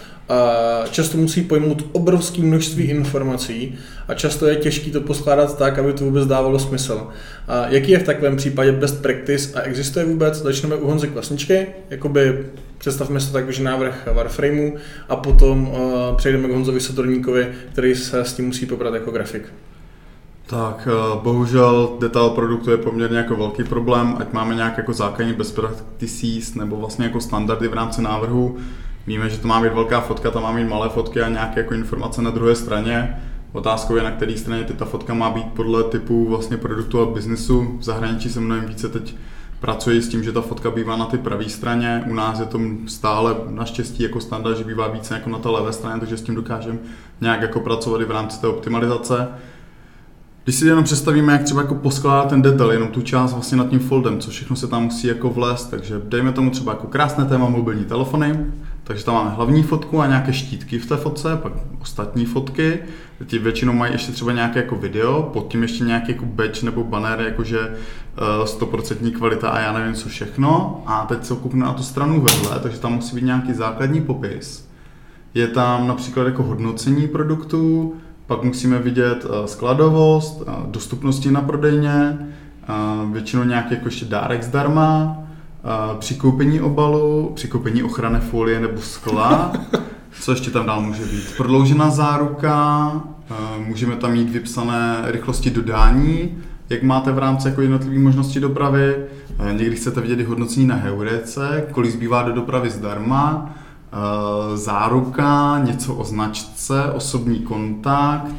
Často musí pojmout obrovské množství informací a často je těžké to poskládat tak, aby to vůbec dávalo smysl. Jaký je v takovém případě best practice a existuje vůbec? Začneme u Honzy Kvasničky, jakoby představme se tak, že návrh Warframeu a potom přejdeme k Honzovi Saturníkovi, který se s tím musí poprat jako grafik. Tak bohužel detail produktu je poměrně jako velký problém, ať máme nějak jako základní best practices nebo vlastně jako standardy v rámci návrhu. Víme, že to má být velká fotka, tam má mít malé fotky a nějaké jako informace na druhé straně. Otázkou je, na které straně ta fotka má být podle typu vlastně produktu a biznesu. V zahraničí se mnohem více teď pracuje s tím, že ta fotka bývá na té pravé straně. U nás je to stále naštěstí jako standard, že bývá více jako na té levé straně, takže s tím dokážeme nějak jako pracovat i v rámci té optimalizace. Když si jenom představíme, jak třeba jako poskládat ten detail, jenom tu část vlastně nad tím foldem, co všechno se tam musí jako vlézt, takže dejme tomu třeba jako krásné téma mobilní telefony, takže tam máme hlavní fotku a nějaké štítky v té fotce, pak ostatní fotky, ty většinou mají ještě třeba nějaké jako video, pod tím ještě nějaký jako badge nebo banner, jakože 100% kvalita a já nevím co všechno. A teď se kouknu na tu stranu vedle, takže tam musí být nějaký základní popis. Je tam například jako hodnocení produktů, pak musíme vidět skladovost, dostupnosti na prodejně, většinou nějaký jako ještě dárek zdarma, přikoupení obalu, přikoupení ochranné folie nebo skla. Co ještě tam dál může být? Prodloužená záruka, můžeme tam mít vypsané rychlosti dodání, jak máte v rámci jako jednotlivé možnosti dopravy. Někdy chcete vidět i hodnocení na Heurece, kolik zbývá do dopravy zdarma, záruka, něco o značce, osobní kontakt,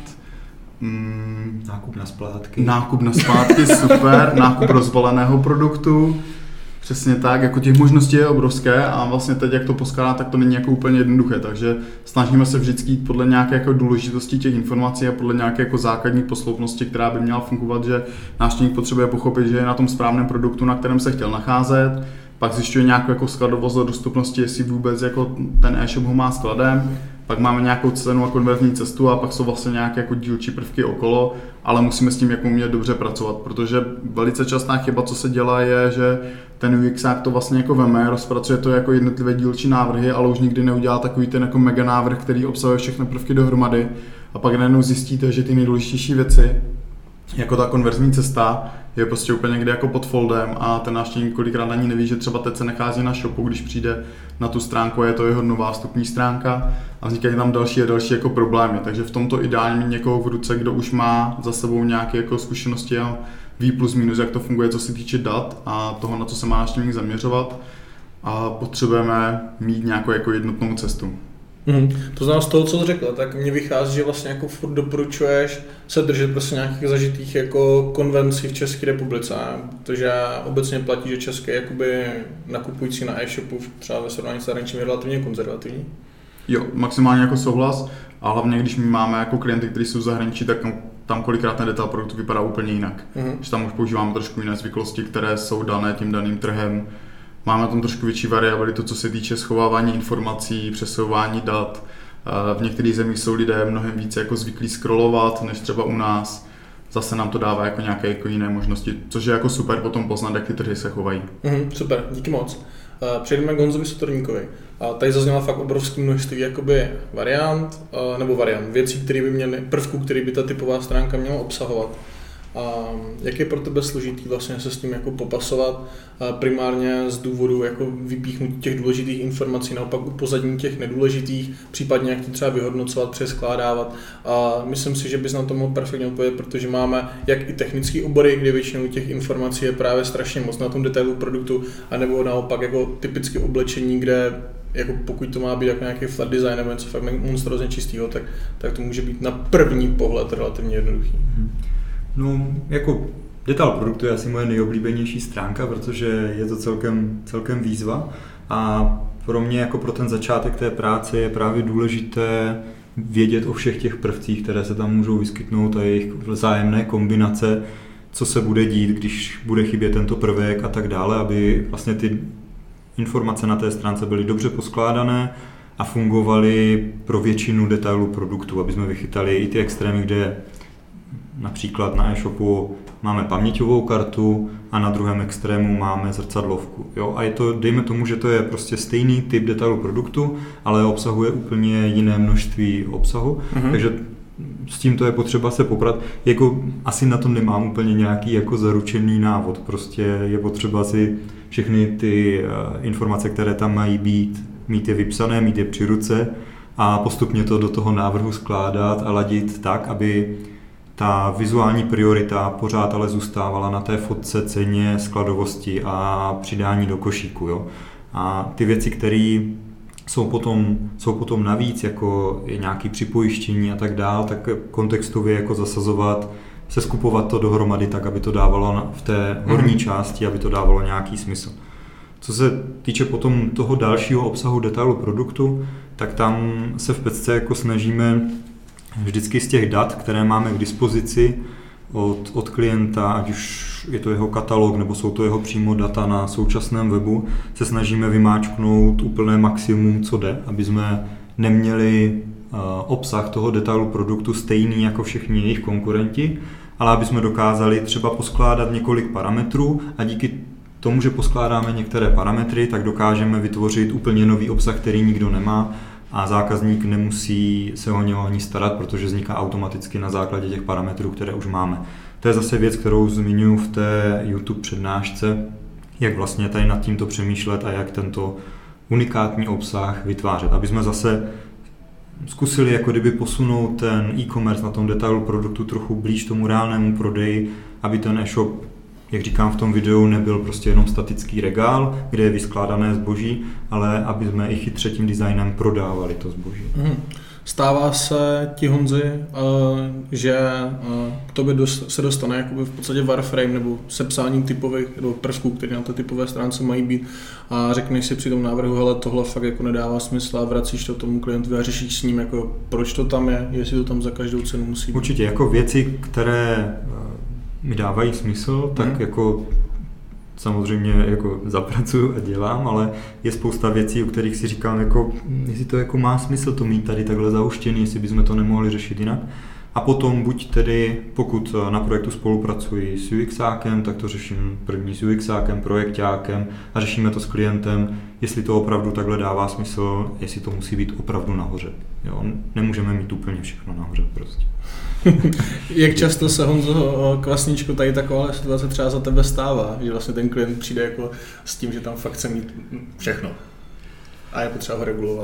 nákup na splátky. Nákup na splátky, super, nákup rozbaleného produktu. Přesně tak, jako těch možností je obrovské a vlastně teď, jak to poskládat, tak to není jako úplně jednoduché, takže snažíme se vždycky jít podle nějaké jako důležitosti těch informací a podle nějaké jako základní posloupnosti, která by měla fungovat, že návštěvník potřebuje pochopit, že je na tom správném produktu, na kterém se chtěl nacházet, pak zjišťuje nějakou jako skladovost do dostupnosti, jestli vůbec jako ten e-shop ho má skladem, pak máme nějakou cenu a konverzní cestu a pak jsou vlastně nějaké jako dílčí prvky okolo, ale musíme s tím jako umět dobře pracovat, protože velice častá chyba, co se dělá, je, že ten UXák to vlastně jako veme, rozpracuje to jako jednotlivé dílčí návrhy, ale už nikdy neudělá takový ten jako mega návrh, který obsahuje všechny prvky dohromady a pak najednou zjistíte, že ty nejdůležitější věci, jako ta konverzní cesta, je prostě úplně někde jako pod foldem a ten návštěvník kolikrát ani neví, že třeba teď se nachází na shopu, když přijde na tu stránku, je to jeho nová vstupní stránka a vznikají tam další a další jako problémy. Takže v tomto ideálně mít někoho v ruce, kdo už má za sebou nějaké jako zkušenosti a ví plus minus, jak to funguje, co se týče dat a toho, na co se má návštěvník zaměřovat a potřebujeme mít nějakou jako jednotnou cestu. To znamená z toho, co jsi řekl, tak mně vychází, že vlastně jako furt doporučuješ se držet prostě nějakých zažitých jako konvencí v České republice, protože obecně platí, že české jakoby nakupující na e-shopu třeba ve srovnání s zahraničím je relativně konzervativní. Jo, maximálně jako souhlas a hlavně když my máme jako klienty, kteří jsou v zahraničí, tak tam kolikrát ten detail produktu vypadá úplně jinak. Že tam už používáme trošku jiné zvyklosti, které jsou dané tím daným trhem. Máme tam trošku větší variabilitu, co se týče schovávání informací, přesouvání dat. V některých zemích jsou lidé mnohem více jako zvyklí scrollovat, než třeba u nás. Zase nám to dává jako nějaké jako jiné možnosti, což je jako super potom poznat, jak ty trhy se chovají. Super, díky moc. Přejdeme k Honzovi Sotorníkovi. Tady zazněla fakt obrovské množství jakoby variant, věcí, které by měly, prvků, které by ta typová stránka měla obsahovat. Jak je pro tebe složitý vlastně se s tím jako popasovat, primárně z důvodu jako vypíchnutí těch důležitých informací, naopak upozadní těch nedůležitých, případně jak to třeba vyhodnocovat, přeskládávat. A myslím si, že bys na to mohl perfektně odpovědět, protože máme jak i technické obory, kde většinou těch informací je právě strašně moc na tom detailu produktu, anebo naopak jako typické oblečení, kde jako pokud to má být jako nějaký flat design nebo něco fakt monstrozně čistého, tak to může být na první pohled relativně jednoduchý. No, jako detail produktu je asi moje nejoblíbenější stránka, protože je to celkem výzva a pro mě jako pro ten začátek té práce je právě důležité vědět o všech těch prvcích, které se tam můžou vyskytnout a jejich vzájemné kombinace, co se bude dít, když bude chybět tento prvek a tak dále, aby vlastně ty informace na té stránce byly dobře poskládané a fungovaly pro většinu detailů produktu, aby jsme vychytali i ty extrémy, kde například na e-shopu máme paměťovou kartu a na druhém extrému máme zrcadlovku. Jo? A je to, dejme tomu, že to je prostě stejný typ detailu produktu, ale obsahuje úplně jiné množství obsahu. Takže s tímto je potřeba se poprat. Jako asi na tom nemám úplně nějaký jako zaručený návod. Prostě je potřeba si všechny ty informace, které tam mají být, mít je vypsané, mít je při ruce a postupně to do toho návrhu skládat a ladit tak, aby ta vizuální priorita pořád ale zůstávala na té fotce, ceně, skladovosti a přidání do košíku. Jo? A ty věci, které jsou potom navíc, jako je nějaké připojištění a tak dál, tak kontextově jako zasazovat, seskupovat to dohromady tak, aby to dávalo v té horní části, aby to dávalo nějaký smysl. Co se týče potom toho dalšího obsahu detailu produktu, tak tam se v Pecce jako snažíme vždycky z těch dat, které máme k dispozici od klienta, ať už je to jeho katalog nebo jsou to jeho přímo data na současném webu, se snažíme vymáčknout úplné maximum, co jde, aby jsme neměli obsah toho detailu produktu stejný jako všichni jejich konkurenti, ale aby jsme dokázali třeba poskládat několik parametrů a díky tomu, že poskládáme některé parametry, tak dokážeme vytvořit úplně nový obsah, který nikdo nemá a zákazník nemusí se o něho ani starat, protože vzniká automaticky na základě těch parametrů, které už máme. To je zase věc, kterou zmiňuji v té YouTube přednášce, jak vlastně tady nad tímto přemýšlet a jak tento unikátní obsah vytvářet. Aby jsme zase zkusili jako kdyby posunout ten e-commerce na tom detailu produktu trochu blíž tomu reálnému prodeji, aby ten e-shop, jak říkám v tom videu, nebyl prostě jenom statický regál, kde je vyskládané zboží, ale aby jsme i chytře tím designem prodávali to zboží. Stává se ti, Honzi, že k tobě se dostane jakoby v podstatě wireframe nebo sepsáním typových nebo prvků, které na té typové stránce mají být a řekneš si při tom návrhu, hele, tohle fakt jako nedává smysl a vracíš to tomu klientovi a řešíš s ním, jako proč to tam je, jestli to tam za každou cenu musí být. Určitě, jako věci, které mi dávají smysl, tak jako samozřejmě jako zapracuju a dělám, ale je spousta věcí, o kterých si říkám, jako, jestli to jako má smysl to mít tady takhle zauštěný, jestli bychom to nemohli řešit jinak. A potom buď tedy, pokud na projektu spolupracuji s UXákem, tak to řeším první s UXákem, projekťákem a řešíme to s klientem, jestli to opravdu takhle dává smysl, jestli to musí být opravdu nahoře. Jo, nemůžeme mít úplně všechno nahoře prostě. Jak často se, Honzo, Kvasničko, tady taková situace třeba za tebe stává, že vlastně ten klient přijde jako s tím, že tam fakt chce mít všechno a je potřeba ho regulovat?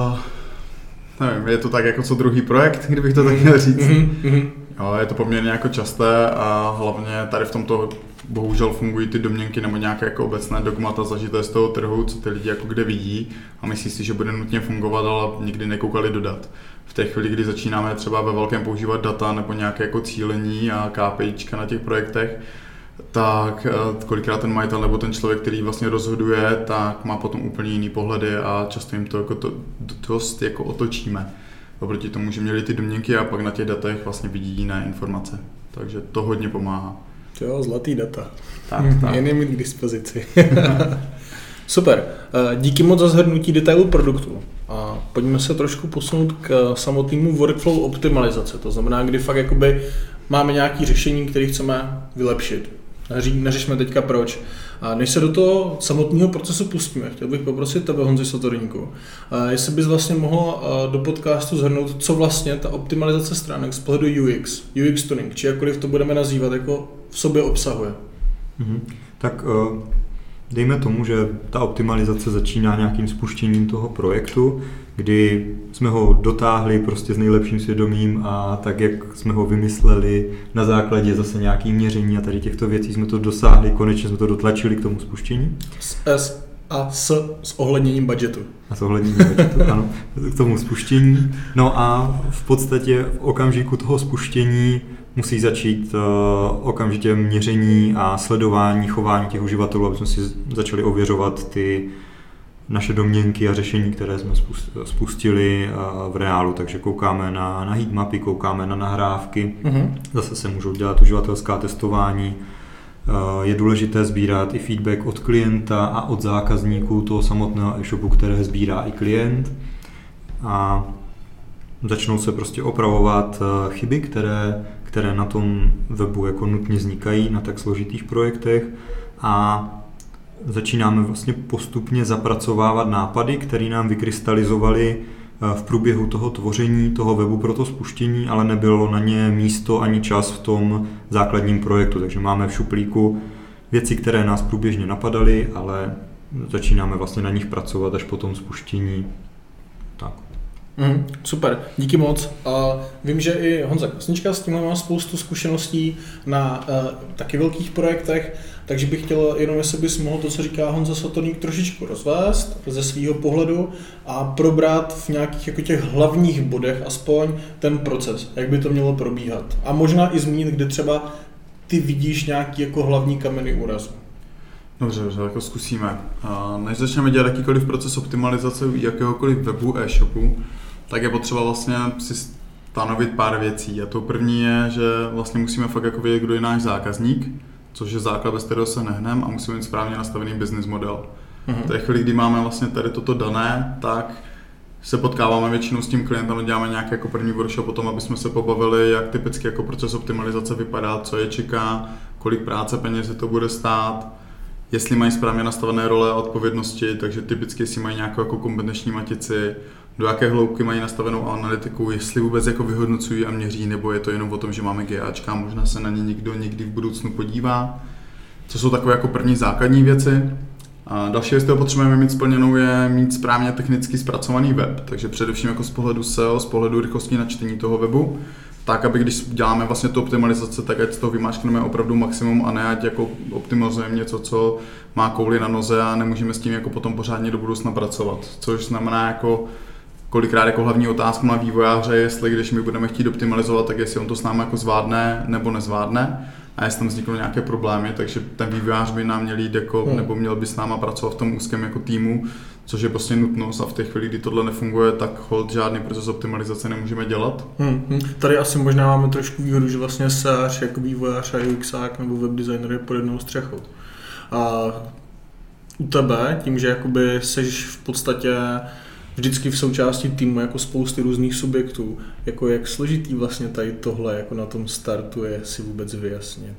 Nevím, je to tak jako co druhý projekt, kdybych to tak měl říct. Jo, je to poměrně jako časté a hlavně tady v tomto bohužel fungují ty domněnky nebo nějaké jako obecné dogmata zažité z toho trhu, co ty lidi jako kde vidí a myslí si, že bude nutně fungovat, ale nikdy nekoukali do dat. V té chvíli, kdy začínáme třeba ve velkém používat data nebo nějaké jako cílení a KPIčka na těch projektech, tak kolikrát ten majitel nebo ten člověk, který vlastně rozhoduje, tak má potom úplně jiný pohledy a často jim to jako dost jako otočíme. Oproti tomu, že měli ty domněnky a pak na těch datech vlastně vidí jiné informace. Takže to hodně pomáhá. Jo, zlatý data. Tak. Jen je mít k dispozici. Super. Díky moc za shrnutí detailu produktu. A pojďme se trošku posunout k samotnému workflow optimalizace. To znamená, kdy fakt jakoby máme nějaké řešení, které chceme vylepšit. Neřešme teďka proč. A než se do toho samotného procesu pustíme, chtěl bych poprosit tebe, Honzi Satorníku, jestli bys vlastně mohl do podcastu shrnout, co vlastně ta optimalizace stránek z pohledu UX tuning, či jakkoliv to budeme nazývat, jako v sobě obsahuje. Tak dejme tomu, že ta optimalizace začíná nějakým spuštěním toho projektu, kdy jsme ho dotáhli prostě s nejlepším svědomím a tak, jak jsme ho vymysleli na základě zase nějaký měření a tady těchto věcí jsme to dosáhli, konečně jsme to dotlačili k tomu spuštění. S ohledněním budgetu. A s ohledněním budgetu, ano, k tomu spuštění. No a v podstatě v okamžiku toho spuštění musí začít okamžitě měření a sledování chování těch uživatelů, aby jsme si začali ověřovat ty naše domněnky a řešení, které jsme spustili v reálu. Takže koukáme na heatmapy, koukáme na nahrávky, zase se můžou dělat uživatelská testování. Je důležité sbírat i feedback od klienta a od zákazníků toho samotného e-shopu, které sbírá i klient. A začnou se prostě opravovat chyby, které na tom webu jako nutně vznikají na tak složitých projektech a začínáme vlastně postupně zapracovávat nápady, které nám vykrystalizovaly v průběhu toho tvoření toho webu pro to spuštění, ale nebylo na ně místo ani čas v tom základním projektu, takže máme v šuplíku věci, které nás průběžně napadaly, ale začínáme vlastně na nich pracovat až po tom spuštění. Tak. Super, díky moc. Vím, že i Honza Kvasnička s tímhle má spoustu zkušeností na taky velkých projektech, takže bych chtěl jenom, jestli bys mohl to, co říká Honza Satorník, trošičku rozvést ze svého pohledu a probrat v nějakých jako těch hlavních bodech aspoň ten proces, jak by to mělo probíhat. A možná i zmínit, kde třeba ty vidíš nějaký jako hlavní kameny úrazu. Dobře, jako zkusíme. Než začneme dělat jakýkoliv proces optimalizace jakéhokoliv webu, e-shopu, tak je potřeba vlastně si stanovit pár věcí. A to první je, že vlastně musíme fakt jako vědět, kdo je náš zákazník, což je základ, bez kterého se nehneme, a musíme mít správně nastavený business model. V té chvíli, kdy máme vlastně tady toto dané, tak se potkáváme většinou s tím klientem a děláme nějaký jako první workshop o tom, aby jsme se pobavili, jak typicky jako proces optimalizace vypadá, co je čeká, kolik práce, peněz to bude stát, jestli mají správně nastavené role a odpovědnosti, takže typicky jestli mají nějakou jako kompetenční matici, do jaké hloubky mají nastavenou analytiku, jestli vůbec jako vyhodnocují a měří, nebo je to jenom o tom, že máme GAčka, možná se na ně nikdo někdy v budoucnu podívá. Co jsou takové jako první základní věci. A další věc, kterou potřebujeme mít splněnou, je mít správně technicky zpracovaný web, takže především jako z pohledu SEO, z pohledu rychlosti načtení toho webu, tak, aby když děláme vlastně tu optimalizaci, tak ať z toho vymáčkneme opravdu maximum a ne ať jako optimalizujeme něco, co má kouli na noze a nemůžeme s tím jako potom pořádně do budoucna pracovat. Což znamená jako kolikrát jako hlavní otázku na vývojáře, jestli když my budeme chtít optimalizovat, tak jestli on to s námi jako zvládne nebo nezvládne a jestli tam vzniknou nějaké problémy, takže ten vývojář by nám měl jít jako, nebo měl by s náma pracovat v tom úzkém jako týmu, což je prostě nutnost, a v té chvíli, kdy tohle nefunguje, tak holt žádný proces optimalizace nemůžeme dělat. Tady asi možná máme trošku výhodu, že vlastně SEAř jako vývojář a UXák nebo webdesigner je pod jednou střechou. A u tebe, tím, že jakoby seš v podstatě vždycky v součástí týmu jako spousty různých subjektů, jako jak složitý vlastně tady tohle jako na tom startu je si vůbec vyjasnit?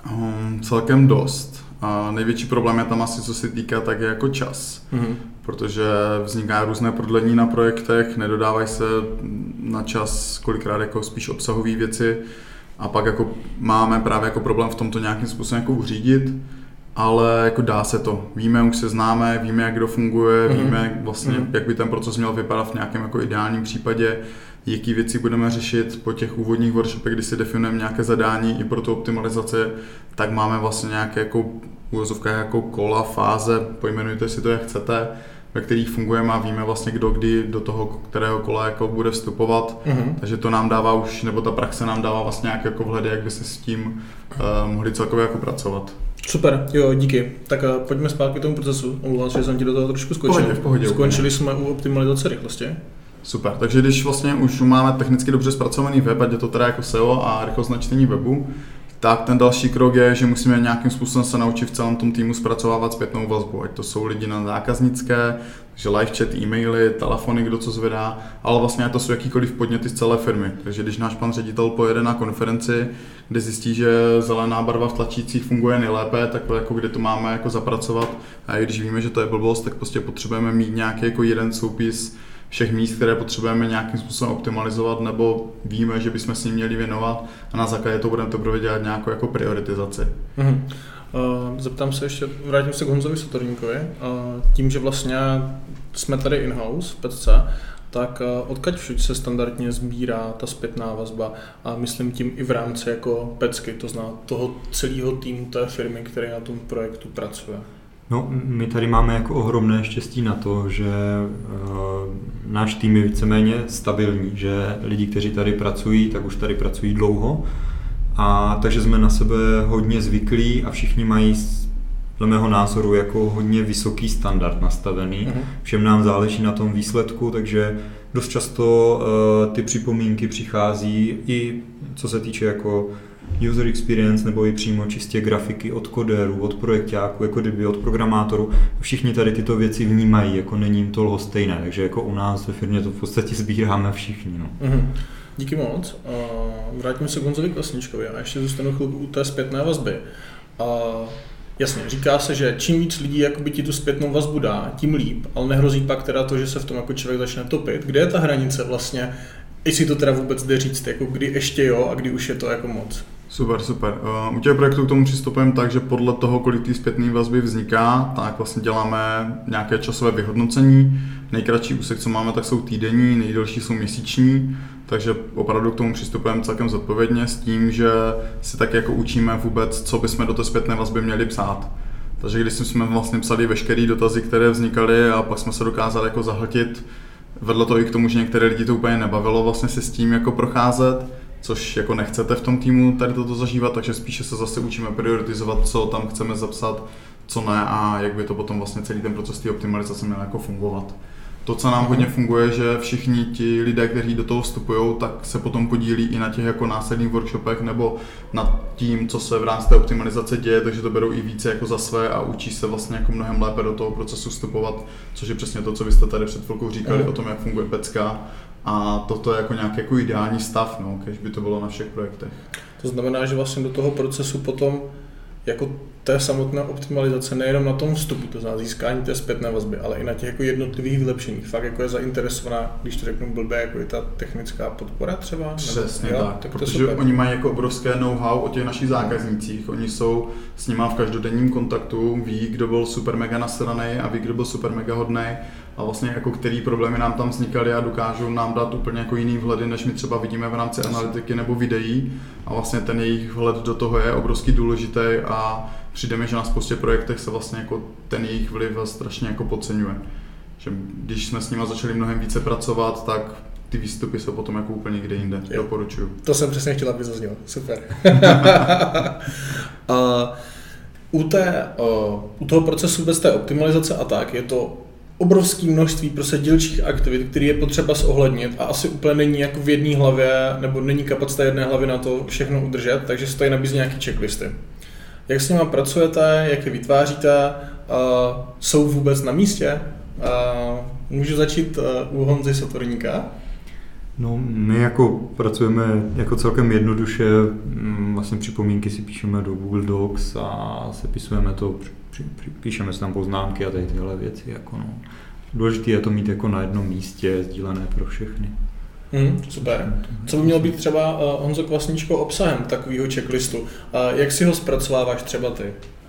Celkem dost. A největší problém je tam asi, co se týká, tak je jako čas. Protože vzniká různé prodlení na projektech, nedodávají se na čas kolikrát jako spíš obsahové věci a pak jako máme právě jako problém v tomto nějakým způsobem jako uřídit, ale jako dá se to. Víme, už se známe, víme, jak kdo funguje, víme vlastně, jak by ten proces měl vypadat v nějakém jako ideálním případě, jaký věci budeme řešit po těch úvodních workshopech, kdy si definujeme nějaké zadání i pro tu optimalizaci, tak máme vlastně nějaké jako úvozovkách jako kola, fáze, pojmenujte si to, jak chcete, ve kterých fungujeme a víme vlastně, kdo kdy do toho kterého kola jako bude vstupovat. Takže to nám dává už, nebo ta praxe nám dává vlastně nějaké jako vhledy, jak by se s tím mohli celkově jako pracovat. Super, jo, díky. Tak pojďme zpátky k tomu procesu. Omlouvám se, že jsem ti do toho trošku skočil. V pohodě. Skončili jsme u optimalizace rychlosti. Super, takže když vlastně už máme technicky dobře zpracovaný web, ať je to teda jako SEO a rychlost načtení webu, tak ten další krok je, že musíme nějakým způsobem se naučit v celém tom týmu zpracovávat zpětnou vazbu, ať to jsou lidi na zákaznické, takže live chat, e-maily, telefony, kdo co zvedá, ale vlastně to jsou jakýkoliv podněty z celé firmy. Takže když náš pan ředitel pojede na konferenci, kde zjistí, že zelená barva v tlačících funguje nejlépe, tak jako kde to máme jako zapracovat, a i když víme, že to je blbost, tak prostě potřebujeme mít nějaký jako jeden soupis všech míst, které potřebujeme nějakým způsobem optimalizovat, nebo víme, že bychom si měli věnovat a na základě to budeme teprve dělat nějakou jako prioritizaci. Zeptám se ještě, vrátím se k Honzovi Satorníkovi. Tím, že vlastně jsme tady in-house v Pecce, tak odkud všude se standardně sbírá ta zpětná vazba a myslím tím i v rámci jako Pecky, to znamená toho celého týmu té firmy, který na tom projektu pracuje. No, my tady máme jako ohromné štěstí na to, že náš tým je víceméně stabilní, že lidi, kteří tady pracují, tak už tady pracují dlouho, a takže jsme na sebe hodně zvyklí a všichni mají dle mého názoru jako hodně vysoký standard nastavený. Všem nám záleží na tom výsledku, takže dost často ty připomínky přichází i co se týče jako user experience nebo i přímo čistě grafiky od kodérů, od projekťáků, jako kdyby od programátorů. Všichni tady tyto věci vnímají, jako není jim to lhostejné, takže jako u nás ve firmě to v podstatě sbíráme všichni. No. Díky moc. Vrátím se k Honzovi Kvasničkovi a ještě zůstanu chvilku u té zpětné vazby. Jasně, říká se, že čím víc lidí jakoby ti tu zpětnou vazbu dá, tím líp, ale nehrozí pak teda to, že se v tom jako člověk začne topit. Kde je ta hranice vlastně, jestli to teda vůbec jde říct, jako kdy ještě jo a kdy už je to jako moc? Super. U těch projektů k tomu přistupujeme tak, že podle toho, kolik té zpětné vazby vzniká, tak vlastně děláme nějaké časové vyhodnocení. Nejkratší úsek, co máme, tak jsou týdenní, nejdelší jsou měsíční, takže opravdu k tomu přistupujeme celkem zodpovědně s tím, že si tak jako učíme vůbec, co bychom do té zpětné vazby měli psát. Takže když jsme vlastně psali veškeré dotazy, které vznikaly a pak jsme se dokázali jako zahltit, vedlo to i k tomu, že některé lidi to úplně nebavilo vlastně si s tím jako procházet, což jako nechcete v tom týmu tady toto zažívat, takže spíše se zase učíme prioritizovat, co tam chceme zapsat, co ne a jak by to potom vlastně celý ten proces té optimalizace měl jako fungovat. To, co nám hodně funguje, že všichni ti lidé, kteří do toho vstupují, tak se potom podílí i na těch jako následných workshopech nebo nad tím, co se v rámci té optimalizace děje, takže to berou i více jako za své a učí se vlastně jako mnohem lépe do toho procesu vstupovat, což je přesně to, co vy jste tady před chvilkou říkali o tom, jak funguje pecka. A toto je jako nějaký jako ideální stav, no, když by to bylo na všech projektech. To znamená, že vlastně do toho procesu potom jako té samotné optimalizace nejenom na tom vstupu, to znamená získání té zpětné vazby, ale i na těch jako jednotlivých vylepšeních. Fakt jako je zainteresovaná, když to řeknu blbě, jako je ta technická podpora třeba? Přesně nebo, tak, protože oni mají jako obrovské know-how o těch našich zákaznících, oni jsou s nima v každodenním kontaktu, ví, kdo byl super mega nasranej a ví, kdo byl super mega hodnej a vlastně jako který problémy nám tam vznikaly a dokážou nám dát úplně jako jiný vhledy, než my třeba vidíme v rámci analytiky nebo videí a vlastně ten jejich vhled do toho je obrovský důležitý a přijde mi, že na spoustě projektech se vlastně jako ten jejich vliv strašně jako podceňuje. Že když jsme s nimi začali mnohem více pracovat, tak ty výstupy jsou potom jako úplně někde jinde. Doporučuju. To jsem přesně chtěl, aby zaznělo. Super. U toho procesu bez té optimalizace a tak je to obrovské množství prostě dílčích aktivit, které je potřeba zohlednit a asi úplně není jako v jedné hlavě, nebo není kapacita jedné hlavy na to všechno udržet, takže se tady nabízí nějaké checklisty. Jak s nimi pracujete, jak je vytváříte, jsou vůbec na místě? Můžu začít u Honzy Satorníka? No, my jako pracujeme jako celkem jednoduše, vlastně připomínky si píšeme do Google Docs a sepisujeme to, píšeme si tam poznámky a tady tyhle věci. Jako no. Důležité je to mít jako na jednom místě, sdílené pro všechny. Super. Co by mělo být třeba, Honzo, Kvasničko, obsahem takového checklistu? Jak si ho zpracováváš třeba ty?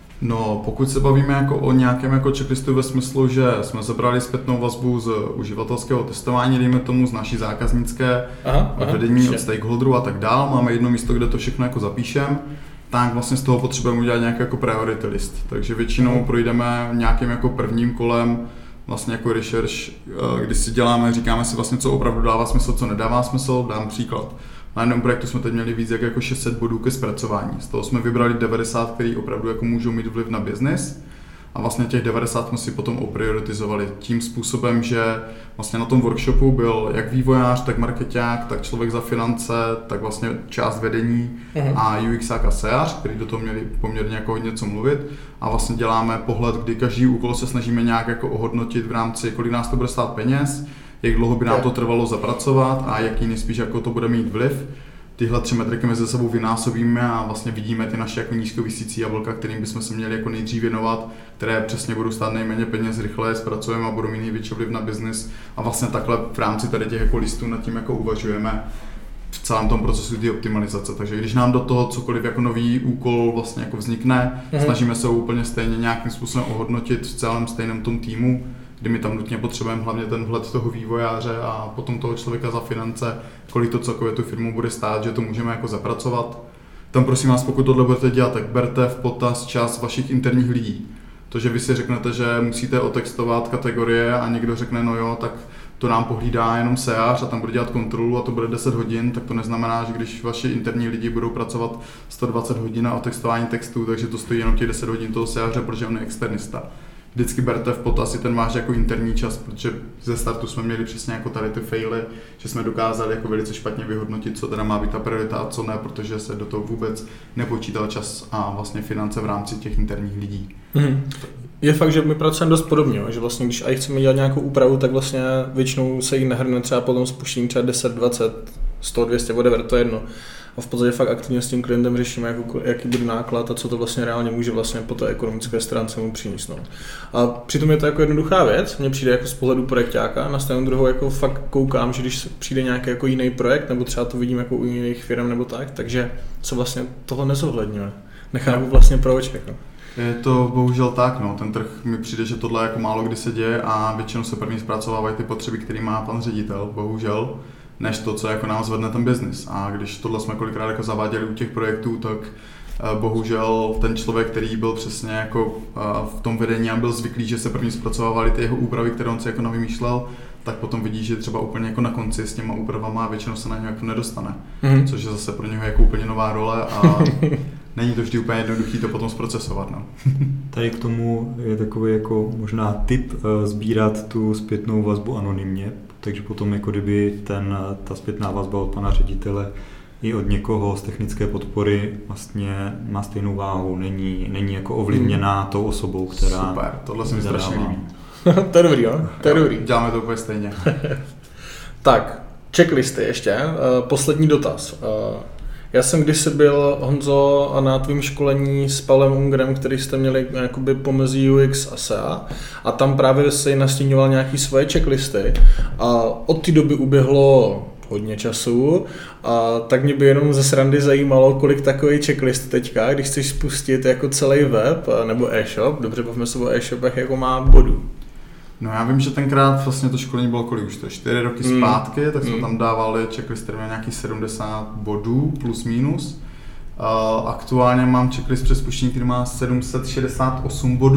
No, pokud se bavíme jako o nějakém jako checklistu ve smyslu, že jsme zabrali zpětnou vazbu z uživatelského testování, dejme tomu z naší zákaznické vedení od stakeholderů a tak dál, máme jedno místo, kde to všechno jako zapíšem, tak vlastně z toho potřebujeme udělat nějaký jako priority list. Takže většinou projdeme nějakým jako prvním kolem vlastně jako research, kdy si děláme, říkáme si vlastně, co opravdu dává smysl, co nedává smysl. Dám příklad. Na jednom projektu jsme teď měli víc jak jako 600 bodů ke zpracování. Z toho jsme vybrali 90, který opravdu jako můžou mít vliv na business. A vlastně těch 90 jsme si potom oprioritizovali tím způsobem, že vlastně na tom workshopu byl jak vývojář, tak markeťák, tak člověk za finance, tak vlastně část vedení a UXák a SEAř, který do toho měli poměrně jako hodně co mluvit. A vlastně děláme pohled, kdy každý úkol se snažíme nějak jako ohodnotit v rámci, kolik nás to bude stát peněz, jak dlouho by nám to trvalo zapracovat a jaký nejspíš jako to bude mít vliv. Tyhle 3 metriky mezi sebou vynásobíme a vlastně vidíme ty naše jako nízkovisící jablka, kterým bychom se měli jako nejdřív věnovat, které přesně budou stát nejméně peněz, rychle zpracujeme a budou mít největší vliv na biznis. A vlastně takhle v rámci tady těch jako listů nad tím jako uvažujeme v celém tom procesu té optimalizace. Takže když nám do toho cokoliv jako nový úkol vlastně jako vznikne, snažíme se ho úplně stejně nějakým způsobem ohodnotit v celém stejném tom týmu, kdy my tam nutně potřebujeme hlavně ten vhled toho vývojáře a potom toho člověka za finance, kolik to celkově tu firmu bude stát, že to můžeme jako zapracovat. Tam prosím vás, pokud tohle budete dělat, tak berte v potaz čas vašich interních lidí. To, že vy si řeknete, že musíte otextovat kategorie a někdo řekne, no jo, tak to nám pohlídá jenom SEAř a tam bude dělat kontrolu a to bude 10 hodin, tak to neznamená, že když vaši interní lidi budou pracovat 120 hodin na otextování textů, takže to stojí jenom těch 10 hodin toho SEAře, protože on je externista. Vždycky berte v potaz i ten váš jako interní čas, protože ze startu jsme měli přesně jako tady ty faily, že jsme dokázali jako velice špatně vyhodnotit, co teda má být ta priorita a co ne, protože se do toho vůbec nepočítal čas a vlastně finance v rámci těch interních lidí. Je fakt, že my pracujeme dost podobně, že vlastně když aj chceme dělat nějakou úpravu, tak vlastně většinou se jí nahrne třeba potom spuštění třeba 10, 20, 100, 200, whatever, to je jedno. a v podstatě fakt aktivně s tím klientem řešíme, jaký bude náklad a co to vlastně reálně může vlastně po té ekonomické stránce mu přinést. No. A přitom je to jako jednoduchá věc, mně přijde jako z pohledu projekťáka, na stranu druhou jako fakt koukám, že když přijde nějaký jako jiný projekt, nebo třeba to vidím jako u jiných firm nebo tak, takže se vlastně toho nezohledňuje. Nechápu vlastně proč. Jako. Je to bohužel tak, no. Ten trh mi přijde, že tohle jako málo kdy se děje a většinou se první zpracovávají ty potřeby, které má pan ředitel, bohužel, než to, co jako nám zvedne ten biznis. A když tohle jsme kolikrát jako zaváděli u těch projektů, tak bohužel ten člověk, který byl přesně jako v tom vedení a byl zvyklý, že se první zpracovávaly ty jeho úpravy, které on si jako navymýšlel, tak potom vidí, že třeba úplně jako na konci s těma úpravama většinou se na něj jako nedostane. Což je zase pro něho jako úplně nová role a není to vždy úplně jednoduchý to potom zprocesovat. No. Tady k tomu je takový jako možná tip sbírat tu zpětnou vazbu anonymně, takže potom jako kdyby ta zpětná vazba od pana ředitele i od někoho z technické podpory vlastně má stejnou váhu, není jako ovlivněná tou osobou, která... Super, tohle se mi strašně líbí. To je dobrý, jo? To je dobrý. Děláme to úplně stejně. Tak, checklisty ještě, poslední dotaz. Já jsem kdysi byl, Honzo, na tvým školení s Pavlem Ungrem, který jste měli jakoby pomezí UX a SEA a tam právě se nastíňoval nějaký svoje checklisty a od té doby uběhlo hodně času, a tak mě by jenom ze srandy zajímalo, kolik takový checklist teďka, když chceš spustit jako celý web nebo e-shop, dobře bavíme se o e-shopech, jako má bodů. No já vím, že tenkrát vlastně to školení bylo kolik už to, 4 roky zpátky, tak jsme tam dávali checklist, který měl nějakých 70 bodů plus minus. Aktuálně mám checklist přes spuštění, který má 768 bodů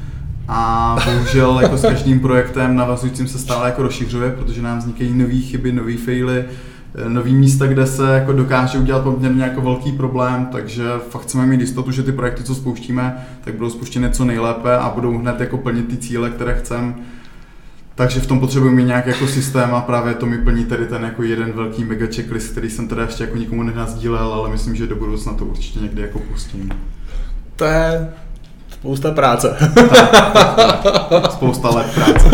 a bohužel jako s každým projektem navazujícím se stále jako rozšiřuje, protože nám vznikají nové chyby, nové faily, nový místa, kde se jako dokáže udělat poměrně jako velký problém, takže fakt chceme mít jistotu, že ty projekty, co spouštíme, tak budou spuštěny co nejlépe a budou hned jako plnit ty cíle, které chceme. Takže v tom potřebujeme mít nějaký jako systém a právě to mi plní tady ten jako jeden velký mega checklist, který jsem teda ještě jako nikomu nenazdílel, ale myslím, že do budoucna to určitě někdy jako pustím. To je spousta práce. Spousta let práce.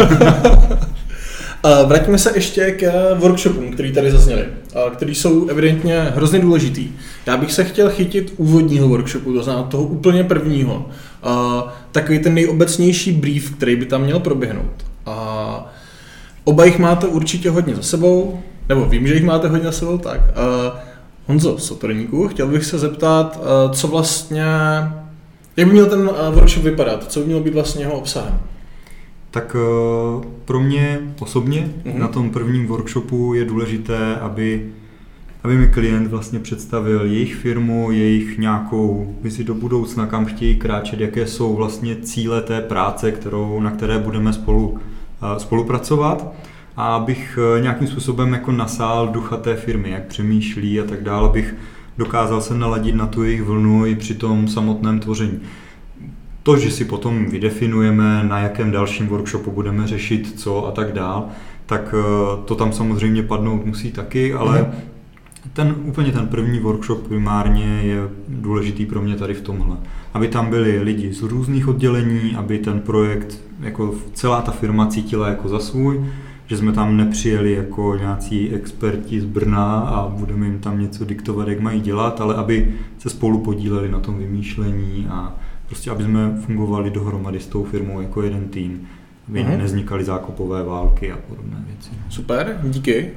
Vraťme se ještě k workshopům, který tady zazněly, který jsou evidentně hrozně důležitý. Já bych se chtěl chytit úvodního workshopu, to znamená toho úplně prvního. Takový ten nejobecnější brief, který by tam měl proběhnout. Oba jich máte určitě hodně za sebou, nebo vím, že jich máte hodně za sebou, tak. Honzo Sotorníku, chtěl bych se zeptat, co vlastně, jak by měl ten workshop vypadat, co by mělo být vlastně jeho obsahem? Tak pro mě osobně na tom prvním workshopu je důležité, aby mi klient vlastně představil jejich firmu, jejich nějakou vizi do budoucna, kam chtějí kráčet, jaké jsou vlastně cíle té práce, na které budeme spolupracovat, a abych nějakým způsobem jako nasál ducha té firmy, jak přemýšlí a tak dále, abych dokázal se naladit na tu jejich vlnu i při tom samotném tvoření. To, že si potom vydefinujeme, na jakém dalším workshopu budeme řešit co a tak dál, tak to tam samozřejmě padnout musí taky, ale úplně ten první workshop primárně je důležitý pro mě tady v tomhle. Aby tam byli lidi z různých oddělení, aby ten projekt, jako celá ta firma cítila jako za svůj, že jsme tam nepřijeli jako nějací experti z Brna a budeme jim tam něco diktovat, jak mají dělat, ale aby se spolu podíleli na tom vymýšlení a prostě aby jsme fungovali dohromady s tou firmou jako jeden tým, aby nevznikaly zákopové války a podobné věci. Super, díky.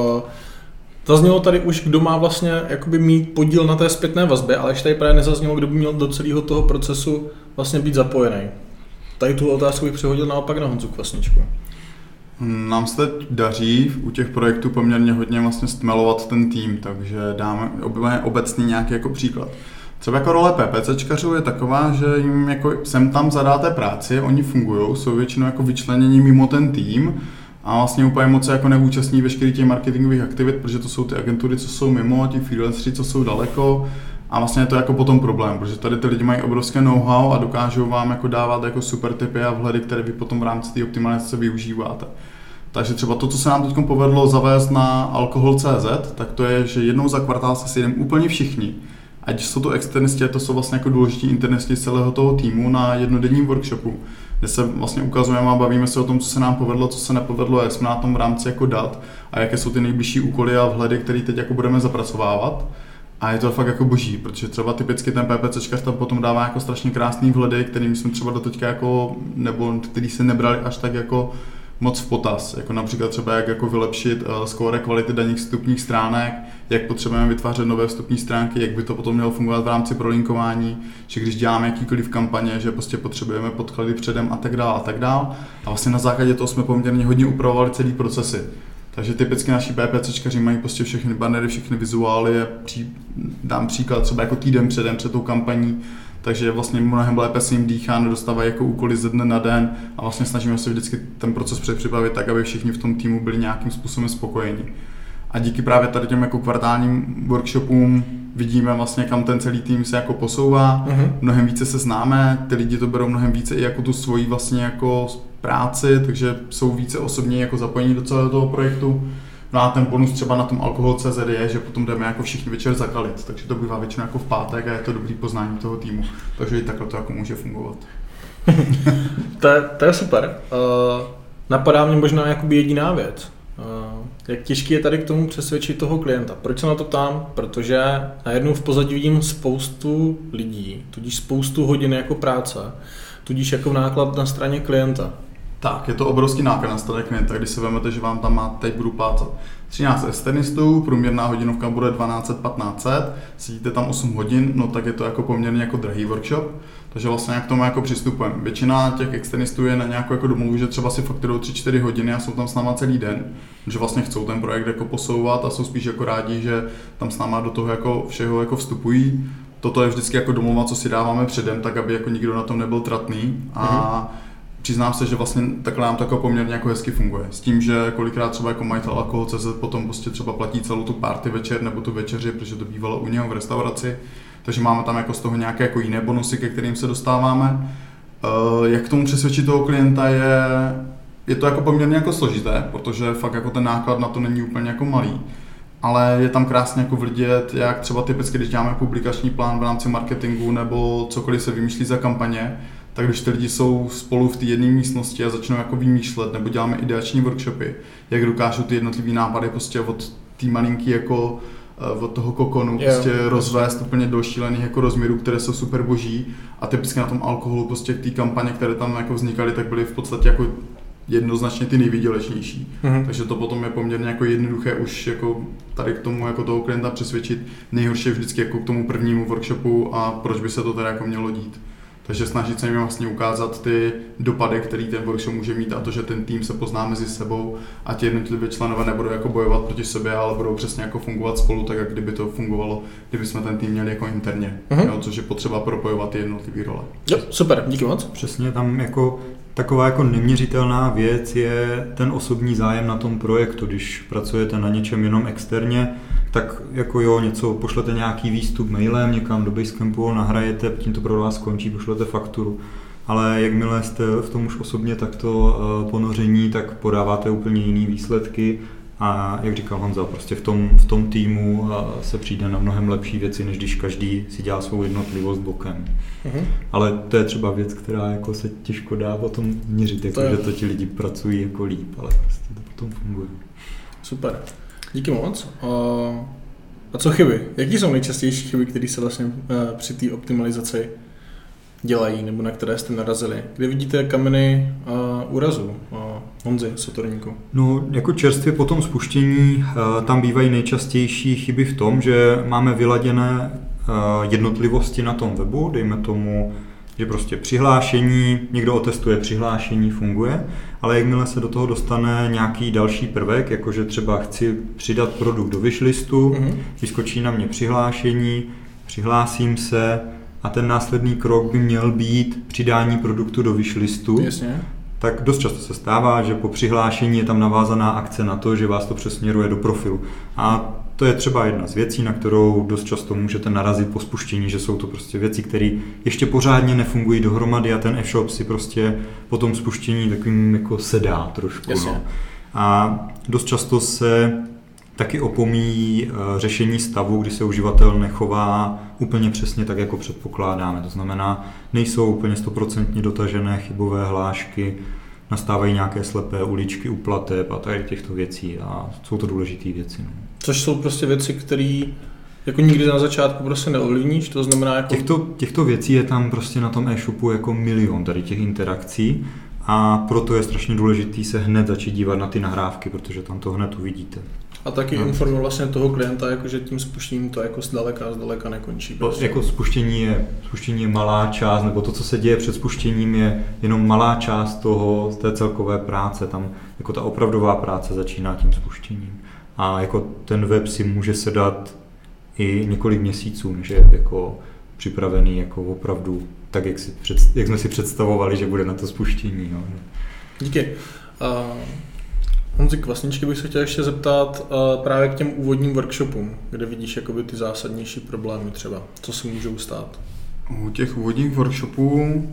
Zaznělo tady už, kdo má vlastně jakoby mít podíl na té zpětné vazbě, ale ještě tady právě nezaznělo, kdo by měl do celého toho procesu vlastně být zapojený. Tady tu otázku bych přehodil naopak na Honzu Kvasničku. Nám se teď daří u těch projektů poměrně hodně vlastně stmelovat ten tým, takže dáme obecný nějaký jako příklad. Třeba jako role PPCčkařů je taková, že jim jako sem tam zadáte práci, oni fungují, jsou většinou jako vyčlenění mimo ten tým a vlastně úplně moc jako neúčastní veškerý těch marketingových aktivit, protože to jsou ty agentury, co jsou mimo, ti freelanceri, co jsou daleko, a vlastně je to jako potom problém, protože tady ty lidi mají obrovské know-how a dokážou vám jako dávat jako super tipy a vhledy, které vy potom v rámci té optimalizace využíváte. Takže třeba to, co se nám teď povedlo zavést na alkohol.cz, tak to je, že jednou za kvartál se sejdeme úplně všichni. Ať jsou to externisti, to jsou vlastně jako důležití internisti celého toho týmu na jednodenním workshopu, kde se vlastně ukazujeme a bavíme se o tom, co se nám povedlo, co se nepovedlo, jak jsme na tom v rámci jako dat a jaké jsou ty nejbližší úkoly a vhledy, které teď jako budeme zapracovávat. A je to fakt jako boží, protože třeba typicky ten PPCčkař tam potom dává jako strašně krásný vhledy, kterým jsme třeba doteďka jako, nebo který se nebrali až tak jako moc v potaz, jako například třeba jak jako vylepšit skóre kvality daných vstupních stránek, jak potřebujeme vytvářet nové vstupní stránky, jak by to potom mělo fungovat v rámci prolinkování, že když děláme jakýkoliv kampaně, že prostě potřebujeme podklady předem a tak dále. A vlastně na základě toho jsme poměrně hodně upravovali celý procesy. Takže typicky naši PPCčkaři mají prostě všechny bannery, všechny vizuály, dám příklad třeba jako týden předem před tou kampaní, takže vlastně mnohem lépe se jim dýchá, nedostávají jako úkoly ze dne na den a vlastně snažíme se vždycky ten proces předpřipravit tak, aby všichni v tom týmu byli nějakým způsobem spokojeni. A díky právě tady těm jako kvartálním workshopům vidíme vlastně, kam ten celý tým se jako posouvá, mnohem více se známe, ty lidi to berou mnohem více i jako tu svoji vlastně jako práci, takže jsou více osobně jako zapojení do celého toho projektu. No a ten bonus třeba na tom alkohol.cz je, že potom jdeme jako všichni večer zakalit, takže to bývá většinou jako v pátek a je to dobrý poznání toho týmu, takže i takhle to jako může fungovat. To je super. Napadá mě možná jakoby jediná věc. Jak těžký je tady k tomu přesvědčit toho klienta? Proč se na to ptám? Protože najednou v pozadí vidím spoustu lidí, tudíž spoustu hodin jako práce, tudíž jako náklad na straně klienta. Tak, je to obrovský náklad na straně klienta, když se vezmete, že vám tam má, teď budu plácat 13 externistů, průměrná hodinovka bude 1200-1500, sedíte tam 8 hodin, no tak je to jako poměrně jako drahý workshop, takže vlastně jak k tomu jako přistupujeme. Většina těch externistů je na nějakou jako domluvu, že třeba si fakturují 3-4 hodiny a jsou tam s náma celý den, že vlastně chcou ten projekt jako posouvat a jsou spíš jako rádi, že tam s náma do toho jako všeho jako vstupují. Toto je vždycky jako domluva, co si dáváme předem, tak aby jako nikdo na tom nebyl tratný a přiznám se, že vlastně takhle nám to jako poměrně jako hezky funguje. S tím, že kolikrát třeba jako majitel alkohol.cz potom prostě třeba platí celou tu party večer nebo tu večeři, protože to bývalo u něho v restauraci. Takže máme tam jako z toho nějaké jako jiné bonusy, ke kterým se dostáváme. Jak k tomu přesvědčit toho klienta je to jako poměrně jako složité, protože fakt jako ten náklad na to není úplně jako malý. Ale je tam krásně jako vidět, jak třeba typicky, když děláme publikační plán v rámci marketingu nebo cokoliv se vymýšlí za kampaně, tak když ty lidi jsou spolu v té jedné místnosti a začnou jako vymýšlet, nebo děláme ideační workshopy, jak dokážou ty jednotlivý nápady prostě od té malinky jako od toho kokonu prostě rozvést úplně do šílených jako rozměrů, které jsou super boží a typicky na tom alkoholu prostě ty kampaně, které tam jako vznikaly, tak byly v podstatě jako jednoznačně ty nejvýdělečnější. Takže to potom je poměrně jako jednoduché už jako tady k tomu jako toho klienta přesvědčit. Nejhorší je vždycky jako k tomu prvnímu workshopu a proč by se to teda jako mělo dít. Takže snažit se jim vlastně ukázat ty dopady, který ten workshop může mít a to, že ten tým se pozná mezi sebou a ti jednotliví členové nebudou jako bojovat proti sobě, ale budou přesně jako fungovat spolu, tak jak kdyby to fungovalo, kdyby jsme ten tým měli jako interně, jo, což je potřeba propojovat ty jednotlivé role. Jo, super, díky moc. Přesně, tam jako taková jako neměřitelná věc je ten osobní zájem na tom projektu, když pracujete na něčem jenom externě, tak jako jo, něco, pošlete nějaký výstup mailem někam do Basecampu, nahrajete, tím to pro vás skončí, pošlete fakturu. Ale jakmile jste v tom už osobně takto ponoření, tak podáváte úplně jiný výsledky a jak říkal Honza, prostě v tom týmu se přijde na mnohem lepší věci, než když každý si dělá svou jednotlivost bokem. Ale to je třeba věc, která jako se těžko dá potom měřit, jako, že to ti lidi pracují jako líp, ale prostě to potom funguje. Super. Díky moc. A co chyby? Jaký jsou nejčastější chyby, které se vlastně při té optimalizaci dělají, nebo na které jste narazili? Kde vidíte kameny úrazu? Honzi, Sotorníku. No, jako čerstvě po tom spuštění tam bývají nejčastější chyby v tom, že máme vyladěné jednotlivosti na tom webu, dejme tomu, že prostě přihlášení, někdo otestuje přihlášení, funguje, ale jakmile se do toho dostane nějaký další prvek, jakože třeba chci přidat produkt do wishlistu, vyskočí na mě přihlášení, přihlásím se a ten následný krok by měl být přidání produktu do wishlistu. Jasně. Tak dost často se stává, že po přihlášení je tam navázaná akce na to, že vás to přesměruje do profilu. A to je třeba jedna z věcí, na kterou dost často můžete narazit po spuštění, že jsou to prostě věci, které ještě pořádně nefungují dohromady a ten e-shop si prostě po tom spuštění takovým jako sedá trošku. No. A dost často se taky opomíjí řešení stavu, kdy se uživatel nechová úplně přesně tak, jako předpokládáme. To znamená, nejsou úplně 100% dotažené chybové hlášky, nastávají nějaké slepé uličky u plateb a tady těchto věcí a jsou to důležité věci. No. Což jsou prostě věci, které jako nikdy na začátku prostě neovlivníš, to znamená jako... Těchto věcí je tam prostě na tom e-shopu jako milion tady těch interakcí a proto je strašně důležitý se hned začít dívat na ty nahrávky, protože tam to hned uvidíte. A taky informuje vlastně toho klienta, jako že tím spuštěním to jako zdaleka nekončí. Prostě. Jako spuštění je malá část, nebo to, co se děje před spuštěním, je jenom malá část té celkové práce. Tam jako ta opravdová práce začíná tím spuštěním. A jako ten web si může sedat i několik měsíců, než je jako připravený jako opravdu tak, jak jsme si představovali, že bude na to spuštění. No. Díky. Honzi, k vlastničky bych se chtěl ještě zeptat právě k těm úvodním workshopům, kde vidíš jakoby ty zásadnější problémy třeba, co si můžou stát? U těch úvodních workshopů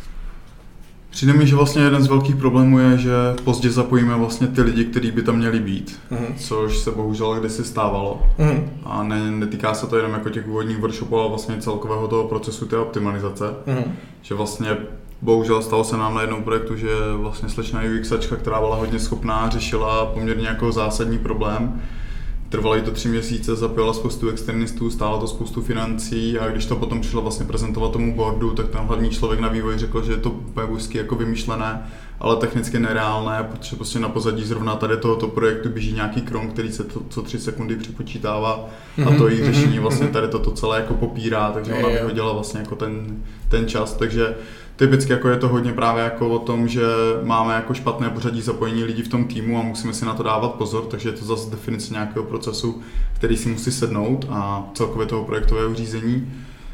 přijde mi, že vlastně jeden z velkých problémů je, že pozdě zapojíme vlastně ty lidi, kteří by tam měli být, což se bohužel kdysi stávalo. A netýká se to jenom jako těch úvodních workshopů, ale vlastně celkového toho procesu té optimalizace, že vlastně bohužel stalo se nám na jednom projektu, že vlastně slečna UXačka, která byla hodně schopná, řešila poměrně jako zásadní problém. Trvalo jí to 3 měsíce, zapojila spoustu externistů, stálo to spoustu financí a když to potom přišla vlastně prezentovat tomu boardu, tak ten hlavní člověk na vývoji řekl, že je to úplně úzky jako vymyšlené, ale technicky nereálné, protože prostě na pozadí zrovna tady tohoto projektu běží nějaký krom, který se co 3 sekundy přepočítává a to její řešení vlastně tady toto celé jako popírá, takže ona vyhodila vlastně jako ten čas, takže typicky jako je to hodně právě jako o tom, že máme jako špatné pořadí zapojení lidí v tom týmu a musíme si na to dávat pozor, takže je to zase definice nějakého procesu, který si musí sednout a celkově toho projektového řízení.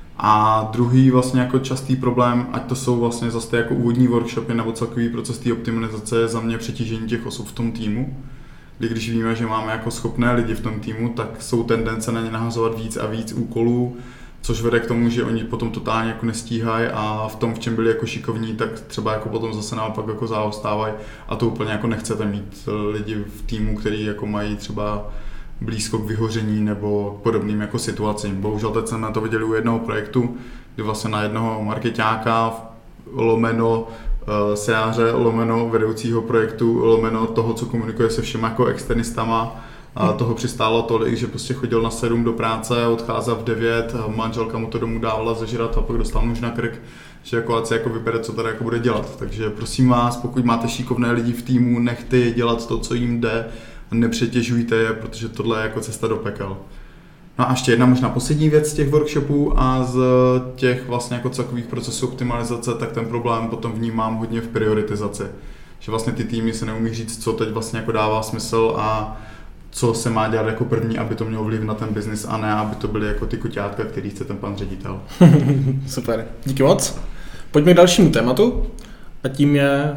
A druhý vlastně jako častý problém, ať to jsou vlastně zase jako úvodní workshopy nebo celkový proces té optimalizace, je za mě přetížení těch osob v tom týmu. Když víme, že máme jako schopné lidi v tom týmu, tak jsou tendence na ně nahazovat víc a víc úkolů, což vede k tomu, že oni potom totálně jako nestíhají a v tom, v čem byli jako šikovní, tak třeba jako potom zase naopak jako zaostávají a to úplně jako nechcete mít lidi v týmu, který jako mají třeba blízko k vyhoření nebo k podobným jako situacím. Bohužel teď jsme to viděli u jednoho projektu, kdy vlastně na jednoho markeťáka lomeno seáře, lomeno vedoucího projektu, lomeno toho, co komunikuje se všema jako externistama, a toho přistálo tolik, že prostě chodil na 7 do práce, odcházel v 9, manželka mu to domů dávala zežrat a pak dostal nůž na krk, že jako ať se jako vybere, co tady jako bude dělat. Takže prosím vás, pokud máte šikovné lidi v týmu, nechte je dělat to, co jim jde a nepřetěžujte je, protože tohle je jako cesta do pekel. No a ještě jedna možná poslední věc z těch workshopů a z těch vlastně jako celkových procesů optimalizace, tak ten problém potom vnímám hodně v prioritizaci. Že vlastně ty týmy se neumí říct, co teď vlastně jako dává smysl a co se má dělat jako první, aby to mělo vliv na ten biznis a ne, aby to byly jako ty kuťátka, který chce ten pan ředitel. Super, díky moc. Pojďme k dalšímu tématu a tím je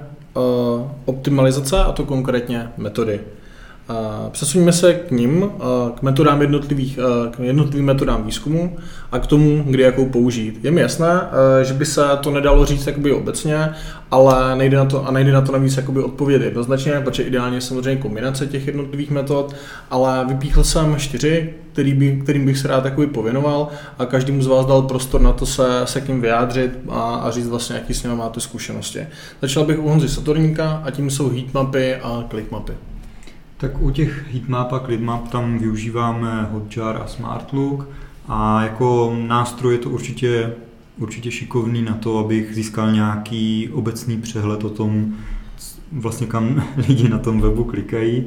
optimalizace a to konkrétně metody. Přesuníme se k nim, k metodám k jednotlivým metodám výzkumu a k tomu, kdy jakou použít. Je mi jasné, že by se to nedalo říct jakoby obecně, ale nejde na to navíc jakoby odpovědět jednoznačně, protože ideálně je samozřejmě kombinace těch jednotlivých metod, ale vypíchl jsem 4, kterým bych se rád jakoby pověnoval a každému z vás dal prostor na to se k ním vyjádřit a říct vlastně, jaký s nimi máte zkušenosti. Začal bych u Honzy Satorníka a tím jsou heatmapy a clickmapy. Tak u těch heatmap a clickmap tam využíváme Hotjar a SmartLook a jako nástroj je to určitě šikovný na to, abych získal nějaký obecný přehled o tom, vlastně kam lidi na tom webu klikají,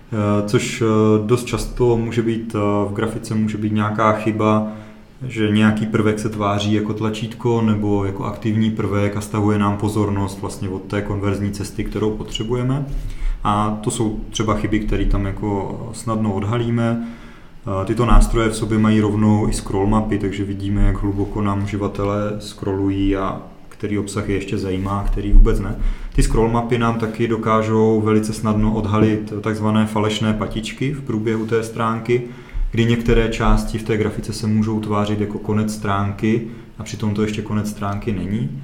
což dost často může být v grafice může být nějaká chyba, že nějaký prvek se tváří jako tlačítko nebo jako aktivní prvek a stahuje nám pozornost vlastně od té konverzní cesty, kterou potřebujeme. A to jsou třeba chyby, které tam jako snadno odhalíme. Tyto nástroje v sobě mají rovnou i scroll mapy, takže vidíme, jak hluboko nám uživatelé scrollují a který obsah je ještě zajímá, který vůbec ne. Ty scroll mapy nám taky dokážou velice snadno odhalit takzvané falešné patičky v průběhu té stránky, kdy některé části v té grafice se můžou tvářit jako konec stránky a přitom to ještě konec stránky není.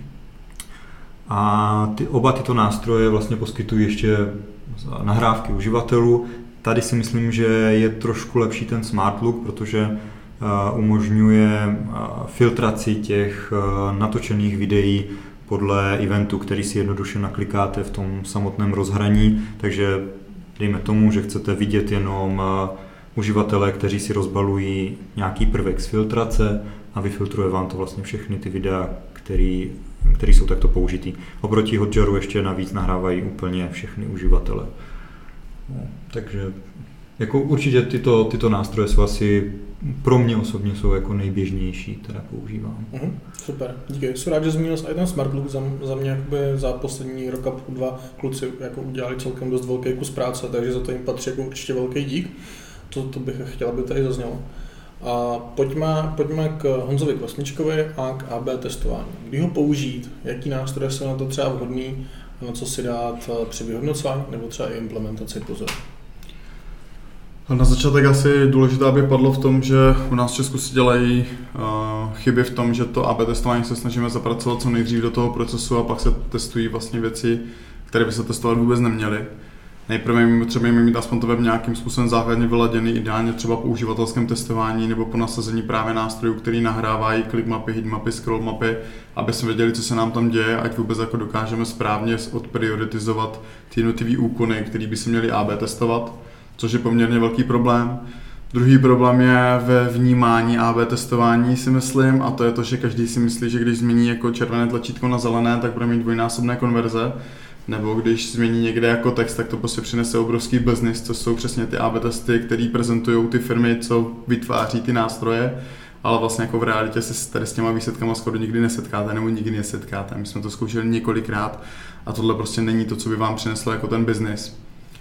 A oba tyto nástroje vlastně poskytují ještě nahrávky uživatelů. Tady si myslím, že je trošku lepší ten SmartLook, protože umožňuje filtraci těch natočených videí podle eventu, který si jednoduše naklikáte v tom samotném rozhraní, takže dejme tomu, že chcete vidět jenom uživatelé, kteří si rozbalují nějaký prvek z filtrace a vyfiltruje vám to vlastně všechny ty videa, který jsou takto použitý. Oproti Hotjaru ještě navíc nahrávají úplně všechny uživatele. No, takže jako určitě tyto nástroje jsou asi pro mě osobně jsou jako nejběžnější, které používám. Super, díky. Jsem rád, že zmínil i ten Smart Look. Za mě jakoby za poslední rok a půl, 2 kluci jako udělali celkem dost velký kus práce, takže za to jim patří jako určitě velký dík. To bych chtěl, aby tady zaznělo. A pojďme k Honzovi Kvasničkovi a k AB testování. Kdy ho použít, jaký nástroje jsou na to třeba vhodný, na co si dát při vyhodnocování nebo třeba i implementaci pozor. Na začátek asi důležité, aby padlo v tom, že u nás v Česku si dělají chyby v tom, že to AB testování se snažíme zapracovat co nejdřív do toho procesu a pak se testují vlastně věci, které by se testovat vůbec neměly. Nejprve potřebujeme mít aspoň to web nějakým způsobem základně vyladěný, ideálně třeba po uživatelském testování nebo po nasazení právě nástrojů, který nahrávají clickmapy, heatmapy, scrollmapy, aby jsme věděli, co se nám tam děje, ať vůbec jako dokážeme správně odprioritizovat ty jednotlivé úkony, které by se měly AB testovat, což je poměrně velký problém. Druhý problém je ve vnímání AB testování, si myslím, a to je to, že každý si myslí, že když změní jako červené tlačítko na zelené, tak bude mít dvojnásobné konverze. Nebo když změní někde jako text, tak to prostě přinese obrovský business, což jsou přesně ty AB testy, které prezentují ty firmy, co vytváří ty nástroje, ale vlastně jako v realitě se tady s těma výsledkama skoro nikdy nesetkáte nebo nikdy nesetkáte. My jsme to zkoušeli několikrát a tohle prostě není to, co by vám přineslo jako ten business.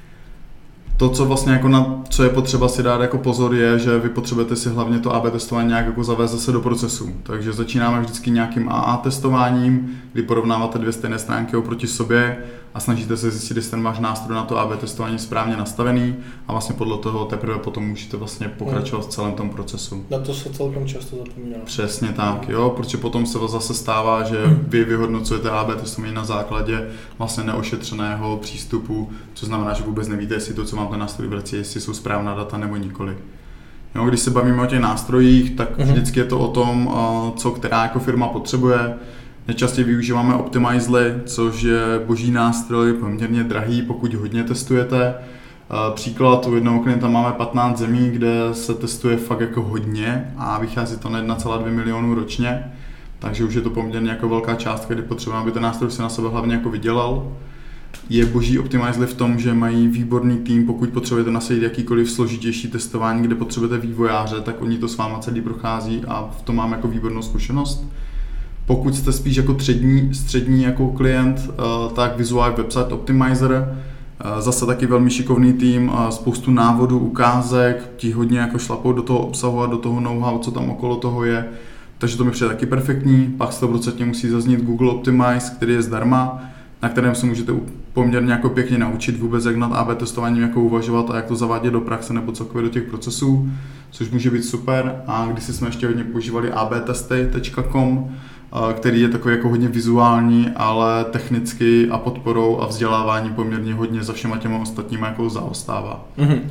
To, co vlastně jako co je potřeba si dát jako pozor, je, že vy potřebujete si hlavně to AB testování nějak jako zavést zase do procesu. Takže začínáme vždycky nějakým AA testováním, kdy porovnáváte 2 stejné stránky oproti sobě a snažíte se zjistit, jestli ten váš nástroj na to AB testování správně nastavený a vlastně podle toho teprve potom můžete vlastně pokračovat v celém tom procesu. Na to se celkem často zapomíná. Přesně tak, jo, protože potom se zase stává, že vy vyhodnocujete AB testování na základě vlastně neošetřeného přístupu, co znamená, že vůbec nevíte, jestli to, co vám ten nástroj vrací, jestli jsou správná data nebo nikoli. Jo, když se bavíme o těch nástrojích, tak vždycky je to o tom, co která jako firma potřebuje. Nejčastěji využíváme Optimizely, což je boží nástroj, poměrně drahý, pokud hodně testujete. Příklad, u jednoho klienta máme 15 zemí, kde se testuje fakt jako hodně a vychází to na 1,2 milionu ročně. Takže už je to poměrně jako velká částka, kdy potřebujeme, aby ten nástroj se na sebe hlavně jako vydělal. Je boží Optimizely v tom, že mají výborný tým, pokud potřebujete nasadit jakýkoliv složitější testování, kde potřebujete vývojáře, tak oni to s váma celý prochází a v tom mám jako výbornou zkušenost. Pokud jste spíš jako střední jako klient, tak Visual Website Optimizer, zase taky velmi šikovný tým, spoustu návodů, ukázek, ti hodně jako šlapou do toho obsahu a do toho know-how, co tam okolo toho je. Takže to mi přijde taky perfektní. Pak 100% musí zaznít Google Optimize, který je zdarma, na kterém se můžete poměrně jako pěkně naučit vůbec, jak nad AB testováním jako uvažovat a jak to zavádět do praxe nebo celkově do těch procesů, což může být super. A když jsme ještě hodně používali abtesty.com, který je takový jako hodně vizuální, ale technicky a podporou a vzdělávání poměrně hodně za všema těma ostatníma jako zaostává.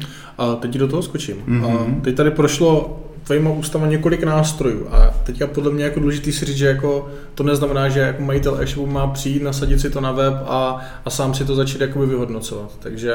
A teď do toho skočím. Teď tady prošlo tvojima ústama několik nástrojů a teďka podle mě jako důležitý si říct, že jako to neznamená, že jako majitel e-shopu má přijít, nasadit si to na web a sám si to začít jakoby vyhodnocovat. Takže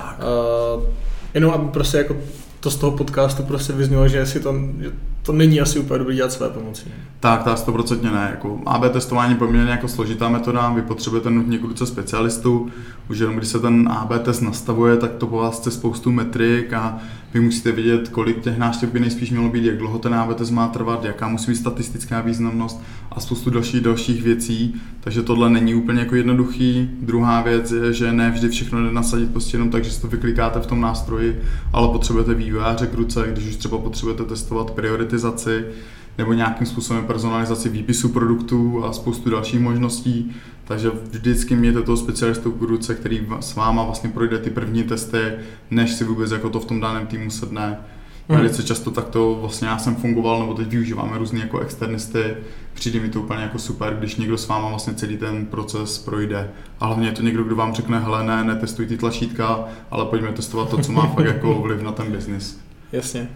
jenom aby prostě jako to z toho podcastu prostě vyznělo, že to není asi úplně dobrý dělat své pomocí. Tak 100% ne. Jako AB testování je poměrně jako složitá metoda, vy potřebujete nutně k ruce specialistů, už jenom když se ten AB test nastavuje, tak to po vás chce spoustu metrik a vy musíte vědět, kolik těch návštěv by nejspíš mělo být, jak dlouho ten AB test má trvat, jaká musí být statistická významnost a spoustu dalších věcí, takže tohle není úplně jako jednoduchý. Druhá věc je, že ne vždy všechno jde nasadit prostě jenom tak, že si to vyklikáte v tom nástroji, ale potřebujete vývojáře k ruce, když už třeba potřebujete testovat prioritizaci nebo nějakým způsobem personalizaci výpisu produktů a spoustu dalších možností. Takže vždycky mějte toho specialistu k ruce, který s váma vlastně projde ty první testy, než si vůbec jako to v tom daném týmu sedne. Velice často takto vlastně já jsem fungoval, nebo teď využíváme různý jako externisty. Přijde mi to úplně jako super, když někdo s váma vlastně celý ten proces projde. A hlavně je to někdo, kdo vám řekne, hele netestuj ty tlačítka, ale pojďme testovat to, co má fakt jako vliv na ten biznis. Jasně.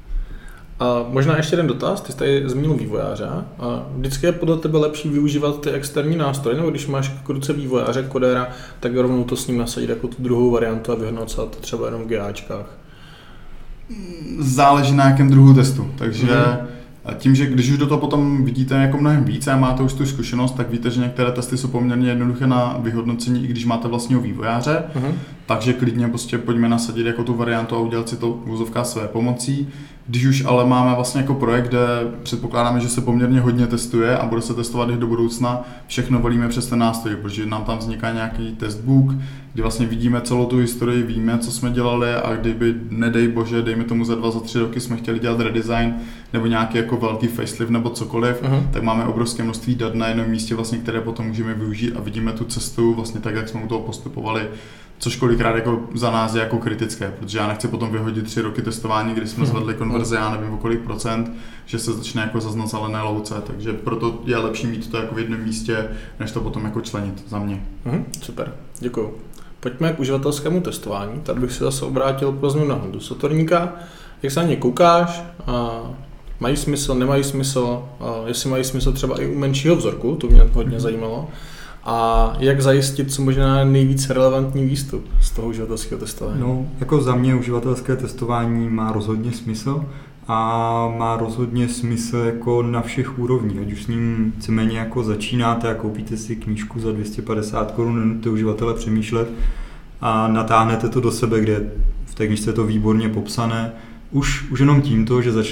A možná ještě jeden dotaz, ty jsi tady zmínil vývojáře. A vždycky je podle tebe lepší využívat ty externí nástroje, nebo když máš k ruce vývojáře, kodéra, tak rovnou to s ním nasadit jako tu druhou variantu a vyhodnocovat to třeba jenom v GAčkách? Záleží na jakém druhu testu, takže tím, že když už do toho potom vidíte jako mnohem více a máte už tu zkušenost, tak víte, že některé testy jsou poměrně jednoduché na vyhodnocení, i když máte vlastního vývojáře, takže klidně prostě pojďme nasadit jako tu variantu a udělat si to uvozovka své pomocí. Když už ale máme vlastně jako projekt, kde předpokládáme, že se poměrně hodně testuje a bude se testovat i do budoucna, všechno volíme přes ten nástroj, protože nám tam vzniká nějaký testbook, kdy vlastně vidíme celou tu historii, víme, co jsme dělali a kdyby, nedej bože, dejme tomu za 2, za 3 roky jsme chtěli dělat redesign nebo nějaký jako velký facelift nebo cokoliv, tak máme obrovské množství dat na jednom místě, vlastně, které potom můžeme využít a vidíme tu cestu vlastně tak, jak jsme u toho postupovali, což kolikrát jako za nás je jako kritické, protože já nechci potom vyhodit 3 roky testování, kdy jsme zvedli konverze, já nevím o kolik procent, že se začne jako zase na zelené louce, takže proto je lepší mít to jako v jednom místě, než to potom jako členit za mě. Super, děkuju. Pojďme k uživatelskému testování. Tady bych se zase obrátil pro změnu na Honzu Sotorníka. Jak se na ně koukáš? Mají smysl, nemají smysl? Jestli mají smysl třeba i u menšího vzorku, to mě hodně zajímalo. A jak zajistit co možná nejvíc relevantní výstup z toho uživatelského testování? No, jako za mě uživatelské testování má rozhodně smysl a má rozhodně smysl jako na všech úrovních. Ať už s ním víceméně jako začínáte a koupíte si knížku za 250 Kč, nenutíte uživatele přemýšlet a natáhnete to do sebe, kde v té knížce je to výborně popsané. Už jenom tím,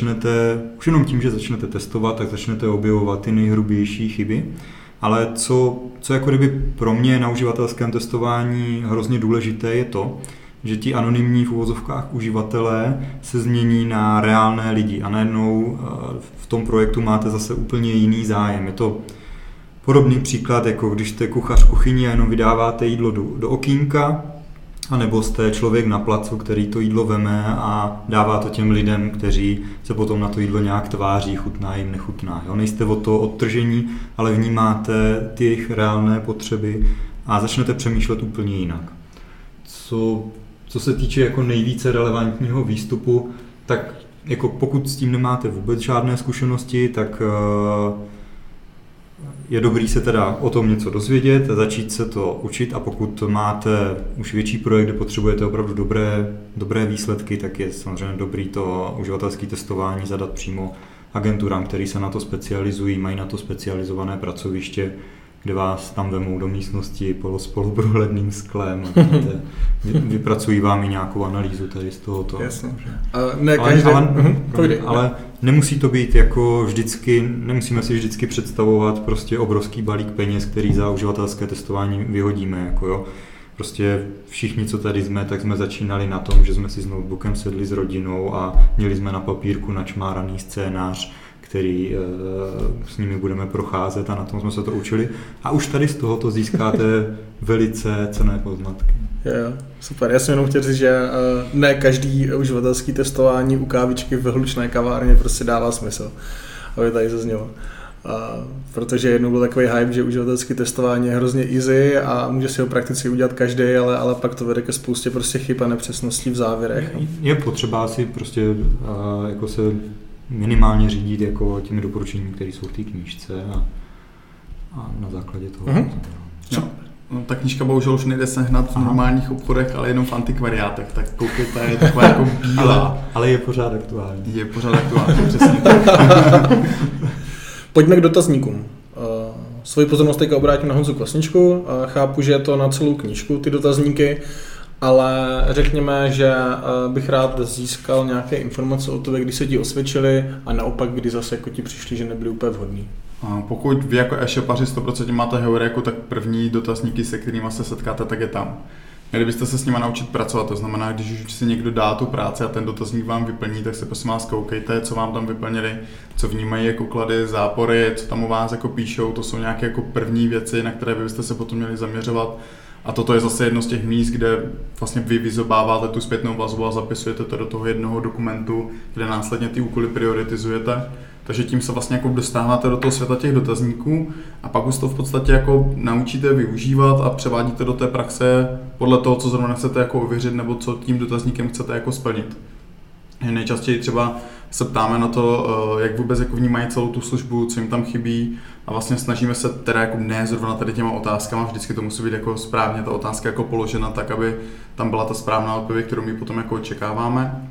že začnete testovat, tak začnete objevovat ty nejhrubější chyby. Ale co jako kdyby pro mě na uživatelském testování hrozně důležité je to, že ti anonymní v uvozovkách uživatelé se změní na reálné lidi a najednou v tom projektu máte zase úplně jiný zájem. Je to podobný příklad, jako když jste kuchař v kuchyni a jenom vydáváte jídlo do okýnka, anebo jste člověk na placu, který to jídlo veme a dává to těm lidem, kteří se potom na to jídlo nějak tváří, chutná jim, nechutná. Jo? Nejste od toho odtržení, ale vnímáte ty jejich reálné potřeby a začnete přemýšlet úplně jinak. Co se týče jako nejvíce relevantního výstupu, tak jako pokud s tím nemáte vůbec žádné zkušenosti, tak je dobrý se teda o tom něco dozvědět, začít se to učit a pokud máte už větší projekt, kde potřebujete opravdu dobré výsledky, tak je samozřejmě dobrý to uživatelské testování zadat přímo agenturám, které se na to specializují, mají na to specializované pracoviště, kde vás tam vemou do místnosti s poloprůhledným sklem a vypracují vám i nějakou analýzu tady z tohoto. Jasně. Ale nemusí to být jako vždycky, nemusíme si vždycky představovat prostě obrovský balík peněz, který za uživatelské testování vyhodíme. Jako jo. Prostě všichni, co tady jsme, tak jsme začínali na tom, že jsme si s notebookem sedli s rodinou a měli jsme na papírku načmáraný scénář, který s nimi budeme procházet a na tom jsme se to učili. A už tady z tohoto získáte velice cenné poznatky. Jo, super. Já jsem jenom chtěl říct, že ne každý uživatelský testování u kávičky v hlučné kavárně prostě dává smysl, aby tady zaznělo. Protože jednou byl takový hype, že uživatelské testování je hrozně easy a může si ho prakticky udělat každý, ale pak to vede ke spoustě prostě chyb a nepřesností v závěrech. Je potřeba si prostě jako se minimálně řídit jako těmi doporučeními, které jsou v té knížce a na základě toho. No, ta knížka bohužel už nejde sehnat v normálních obchodech, ale jenom v antikvariátech, tak koukejte, je taková jako bílá. Ale je pořád aktuální. Je pořád aktuální, přesně. Pojďme k dotazníkům. Svoji pozornost teďka obrátím na Honzu Kvasničku. Chápu, že je to na celou knížku, ty dotazníky, ale řekněme, že bych rád získal nějaké informace o tobě, kdy se ti osvědčili a naopak, kdy zase jako ti přišli, že nebyli úplně vhodní. Pokud vy jako e-shopaři 100% máte Heuréku, tak první dotazníky, se kterými se setkáte, tak je tam. Měli byste se s nimi naučit pracovat, to znamená, když už si někdo dá tu práci a ten dotazník vám vyplní, tak se prosím vás koukejte, co vám tam vyplnili, co vnímají jako klady, zápory, co tam u vás jako píšou, to jsou nějaké jako první věci, na které byste se potom měli zaměřovat. A toto je zase jedno z těch míst, kde vlastně vy vyzobáváte tu zpětnou vazbu a zapisujete to do toho jednoho dokumentu, kde následně ty úkoly prioritizujete. Takže tím se vlastně jako dostáváte do toho světa těch dotazníků a pak už to v podstatě jako naučíte využívat a převádíte do té praxe podle toho, co zrovna chcete jako ověřit nebo co tím dotazníkem chcete jako splnit. Nejčastěji třeba se ptáme na to, jak vůbec jako vnímají celou tu službu, co jim tam chybí a vlastně snažíme se teda jako ne zrovna tady těma otázkama, vždycky to musí být jako správně ta otázka jako položena tak, aby tam byla ta správná odpověď, kterou my potom jako očekáváme.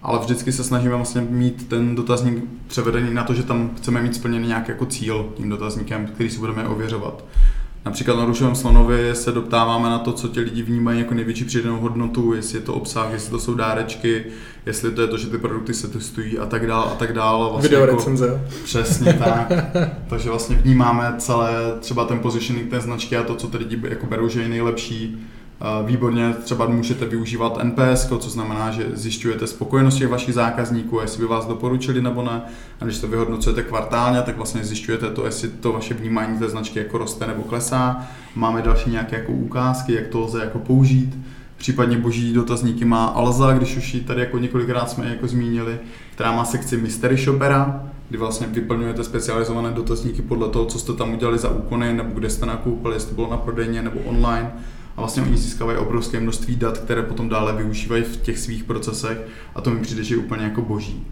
ale vždycky se snažíme vlastně mít ten dotazník převedený na to, že tam chceme mít splněný nějaký jako cíl tím dotazníkem, který si budeme ověřovat. Například na Růžovém slonově se doptáváme na to, co ti lidi vnímají jako největší přidanou hodnotu, jestli je to obsah, jestli to jsou dárečky, jestli to je to, že ty produkty se testují a tak dále a tak dále. Vlastně video recenze. Jako, přesně tak. Takže vlastně vnímáme celé třeba ten positioning té značky a to, co ty lidi jako berou, že je nejlepší. Výborně třeba můžete využívat NPS, co znamená, že zjišťujete spokojenost těch vašich zákazníků, jestli by vás doporučili nebo ne. A když to vyhodnocujete kvartálně, tak vlastně zjišťujete to, jestli to vaše vnímání té značky jako roste nebo klesá. Máme další nějaké jako ukázky, jak to lze jako použít. Případně boží dotazníky má Alza, když už ji tady jako několikrát jsme jako zmínili, která má sekci Mystery Shopera, kdy vlastně vyplňujete specializované dotazníky podle toho, co jste tam udělali za úkony, nebo kde jste nakoupili, jestli to bylo na prodejně nebo online. A vlastně oni získávají obrovské množství dat, které potom dále využívají v těch svých procesech a to mi přijde, že je úplně jako boží.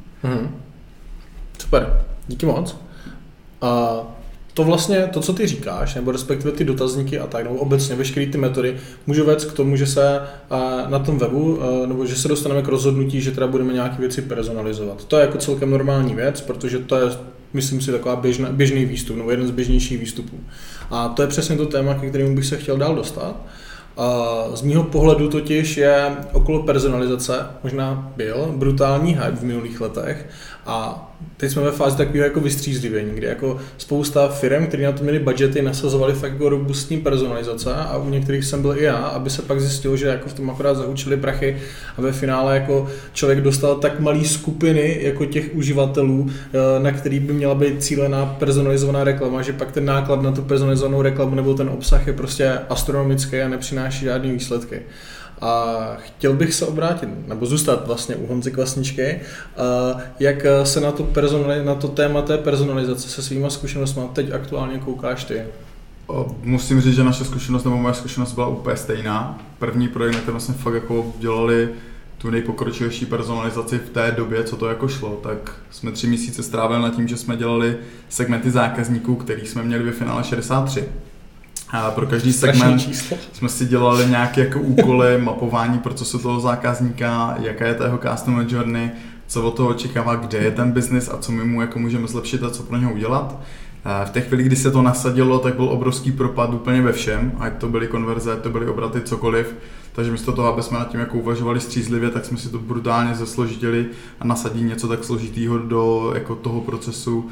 Super, díky moc. A to vlastně, to, co ty říkáš, nebo respektive ty dotazníky a tak, nebo obecně veškeré ty metody, můžu vést k tomu, že se na tom webu, nebo že se dostaneme k rozhodnutí, že teda budeme nějaké věci personalizovat. To je jako celkem normální věc, protože to je, myslím si, taková běžný výstup, nebo jeden z běžnějších výstupů. A to je přesně to téma, ke kterému bych se chtěl dál dostat. Z mýho pohledu totiž je okolo personalizace možná byl brutální hype v minulých letech a teď jsme ve fázi takového jako vystřízlivění, kde jako spousta firm, které na to měli budgety, nasazovali fakt jako robustní personalizace a u některých jsem byl i já, aby se pak zjistilo, že jako v tom akorát zahučili prachy a ve finále jako člověk dostal tak malý skupiny jako těch uživatelů, na který by měla být cílená personalizovaná reklama, že pak ten náklad na tu personalizovanou reklamu nebo ten obsah je prostě astronomický a nepřináší žádný výsledky. A chtěl bych se obrátit, nebo zůstat vlastně u Honzy Kvasničky, jak se na to téma té personalizace se svýma zkušenostmi teď aktuálně koukáš ty? Musím říct, že naše zkušenost nebo moje zkušenost byla úplně stejná. První projekt, na kterém jsme fakt jako dělali tu nejpokročilejší personalizaci v té době, co to jako šlo, tak jsme 3 měsíce strávili nad tím, že jsme dělali segmenty zákazníků, kterých jsme měli ve finále 63. A pro každý segment jsme si dělali nějaké jako úkoly, mapování procesu toho zákazníka, jaká je ta jeho customer journey, co od toho očekává, kde je ten business a co my mu jako můžeme zlepšit a co pro něho udělat. V té chvíli, kdy se to nasadilo, tak byl obrovský propad úplně ve všem, ať to byly konverze, ať to byly obraty, cokoliv. Takže místo toho, aby jsme nad tím jako uvažovali střízlivě, tak jsme si to brutálně zesložitili a nasadili něco tak složitýho do jako toho procesu,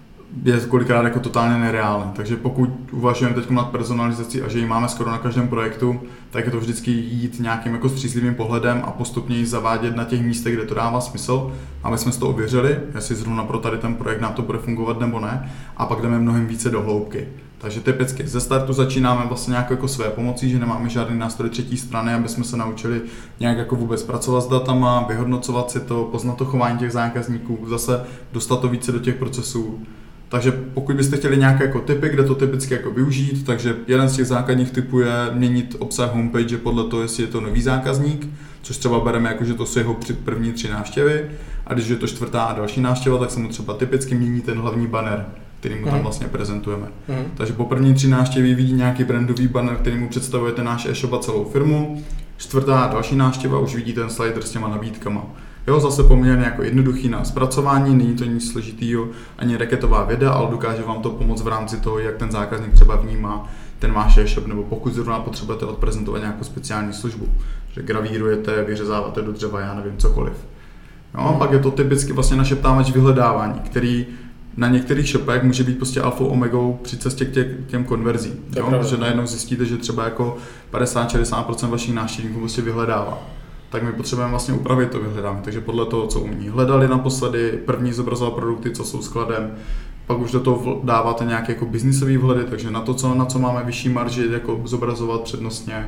je kolikrát jako totálně nereálné. Takže pokud uvažujeme teď nad personalizací a že ji máme skoro na každém projektu, tak je to vždycky jít nějakým jako střízlivým pohledem a postupně ji zavádět na těch místech, kde to dává smysl, aby jsme si to ověřili, jestli zrovna pro tady ten projekt nám to bude fungovat nebo ne, a pak jdeme mnohem více do hloubky. Takže typicky ze startu začínáme vlastně nějak jako své pomocí, že nemáme žádný nástroj třetí strany, aby jsme se naučili nějak jako vůbec pracovat s datama, vyhodnocovat si to, poznat to chování těch zákazníků, zase dostat to více do těch procesů. Takže pokud byste chtěli nějaké jako typy, kde to typicky jako využít, takže jeden z těch základních typů je měnit obsah homepage podle toho, jestli je to nový zákazník, což třeba bereme jako, že to jsou jeho první 3 návštěvy, a když je to 4. a další návštěva, tak se mu třeba typicky mění ten hlavní banner, který mu tam vlastně prezentujeme. Takže po první 3 návštěvy vidí nějaký brandový banner, který mu představuje ten náš e-shop a celou firmu. 4. a další návštěva už vidí ten slider s těma nabídkama. Jo, zase poměrně jako jednoduchý na zpracování, není to nic složitýho, ani raketová věda, ale dokáže vám to pomoct v rámci toho, jak ten zákazník třeba vnímá ten váš e-shop, nebo pokud zrovna potřebujete odprezentovat nějakou speciální službu, že gravírujete, vyřezáváte do dřeva, já nevím, cokoliv. No, pak je to typicky vlastně našeptávač vyhledávání, který na některých shopech může být prostě alfou omegou při cestě k těm konverzím. Protože najednou zjistíte, že třeba jako 50-60% vašich návštěvníků prostě vyhledává. Tak my potřebujeme vlastně upravit to vyhledávání, takže podle toho, co umí. Hledali naposledy, první zobrazovat produkty, co jsou skladem, pak už do toho dáváte nějaké jako biznisové vhledy, takže na co máme vyšší marži, jako zobrazovat přednostně,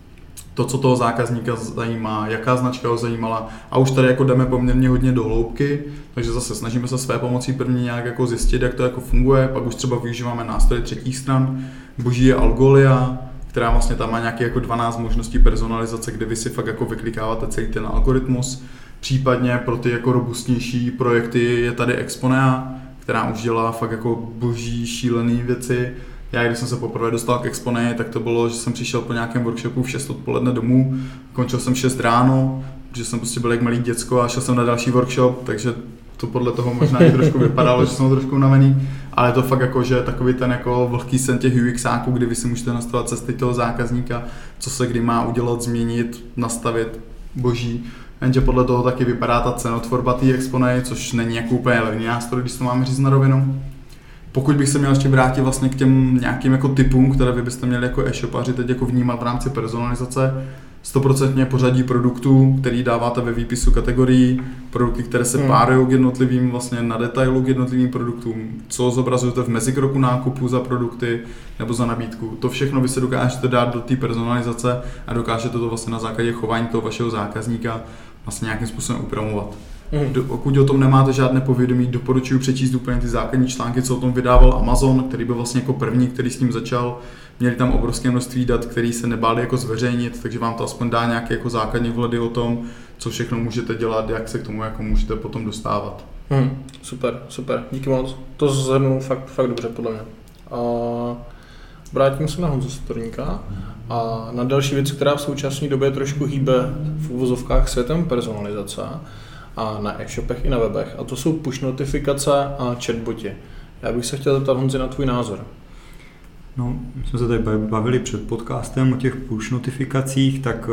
to, co toho zákazníka zajímá, jaká značka ho zajímala, a už tady jako jdeme poměrně hodně do hloubky, takže zase snažíme se své pomocí první nějak jako zjistit, jak to jako funguje, pak už třeba využíváme nástroje třetích stran, boží je Algolia, která vlastně tam má nějaké jako 12 možností personalizace, kde vy si fakt jako vyklikáváte celý ten algoritmus. Případně pro ty jako robustnější projekty je tady Exponea, která už dělá fakt jako boží šílený věci. Já když jsem se poprvé dostal k Exponei, tak to bylo, že jsem přišel po nějakém workshopu v 6 odpoledne domů, končil jsem 6 ráno, že jsem prostě byl jak malý děcko a šel jsem na další workshop, takže to podle toho možná i trošku vypadalo, že jsem trošku unavený, ale je to fakt jako, že takový ten jako vlhký sen těch UXáků, kdy vy si můžete nastavovat cesty toho zákazníka, co se kdy má udělat, změnit, nastavit, boží. Jenže podle toho taky vypadá ta cenotvorba té Exponej, což není jako úplně levný nástroj, když to máme říct na rovinu. Pokud bych se měl ještě vrátit vlastně k těm nějakým jako typům, které vy byste měli jako e-shopaři teď jako vnímat v rámci personalizace, 100% pořadí produktů, který dáváte ve výpisu kategorií, produkty, které se párují k jednotlivým vlastně na detailu k jednotlivým produktům, co zobrazujete v mezikroku nákupu za produkty nebo za nabídku. To všechno vy se dokážete dát do té personalizace a dokážete to vlastně na základě chování toho vašeho zákazníka vlastně nějakým způsobem upravovat. Pokud o tom nemáte žádné povědomí, doporučuji přečíst úplně ty základní články, co o tom vydával Amazon, který byl vlastně jako první, který s tím začal. Měli tam obrovské množství dat, který se nebáli jako zveřejnit, takže vám to aspoň dá nějaké jako základní vhledy o tom, co všechno můžete dělat, jak se k tomu jako můžete potom dostávat. Super, díky moc. To zhrnul fakt dobře podle mě. Vrátím se na Honzu Satorníka a na další věc, která v současné době trošku hýbe v uvozovkách světem personalizace a na e-shopech i na webech, a to jsou push notifikace a chatboti. Já bych se chtěl zeptat, Honzi, na tvůj názor. No, my jsme se tady bavili před podcastem o těch push notifikacích, tak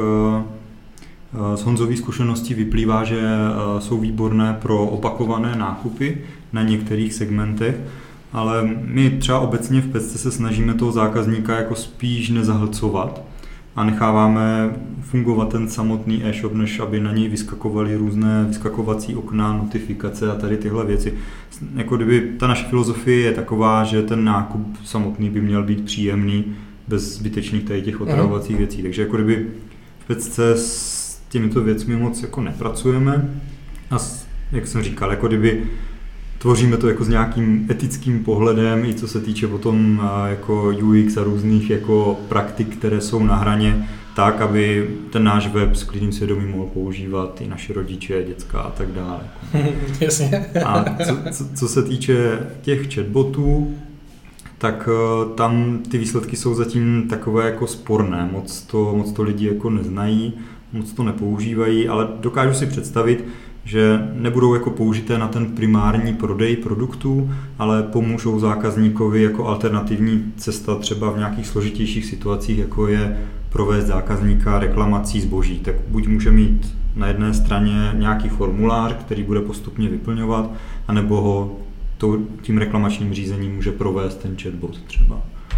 z Honzových zkušeností vyplývá, že jsou výborné pro opakované nákupy na některých segmentech, ale my třeba obecně v Pecce se snažíme toho zákazníka jako spíš nezahlcovat a necháváme fungovat ten samotný e-shop, než aby na něj vyskakovaly různé vyskakovací okna, notifikace a tady tyhle věci. Jako kdyby ta naše filozofie je taková, že ten nákup samotný by měl být příjemný, bez zbytečných tady těch otravovacích věcí. Takže jako kdyby v Pecce s těmito věcmi moc jako nepracujeme a jak jsem říkal, jako kdyby tvoříme to jako s nějakým etickým pohledem, i co se týče potom jako UX a různých jako praktik, které jsou na hraně, tak, aby ten náš web s klidným svědomím mohl používat i naše rodiče, děcka a tak dále. Jasně. A co se týče těch chatbotů, tak tam ty výsledky jsou zatím takové jako sporné, moc to lidi jako neznají, moc to nepoužívají, ale dokážu si představit, že nebudou jako použité na ten primární prodej produktů, ale pomůžou zákazníkovi jako alternativní cesta třeba v nějakých složitějších situacích, jako je provést zákazníka reklamací zboží. Tak buď může mít na jedné straně nějaký formulář, který bude postupně vyplňovat, anebo ho tím reklamačním řízením může provést ten chatbot třeba.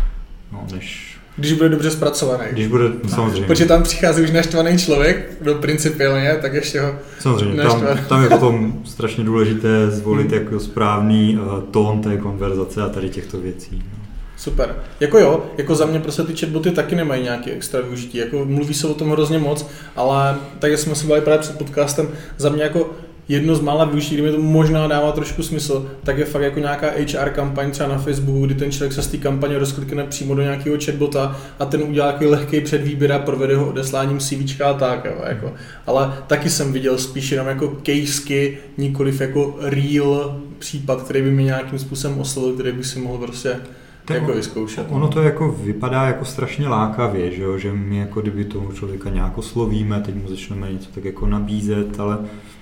No, Když bude dobře zpracovaný. Když bude, samozřejmě. Protože tam přichází už naštvaný člověk, byl principiálně, tak ještě ho samozřejmě, tam je potom strašně důležité zvolit jako správný tón té konverzace a tady těchto věcí. No. Super. Jako za mě prostě ty chatboty taky nemají nějaké extra využití. Jako mluví se o tom hrozně moc, ale tak jak jsme si bavili právě před podcastem, za mě jako jedno z mála využití, kdy mi to možná dává trošku smysl, tak je fakt jako nějaká HR kampaň třeba na Facebooku, kdy ten člověk se z té kampaně rozklikne přímo do nějakého chatbota a ten udělá takový lehký předvýběr a provede ho odesláním CVčka a tak. Jako. Ale taky jsem viděl spíš jenom jako caseky, nikoliv jako real případ, který by mi nějakým způsobem oslovil, který bych si mohl prostě jako vyzkoušet. Ono to jako vypadá jako strašně lákavě, že my jako kdyby toho člověka nějak oslovíme, teď mu začneme něco tak jako nabízet, ale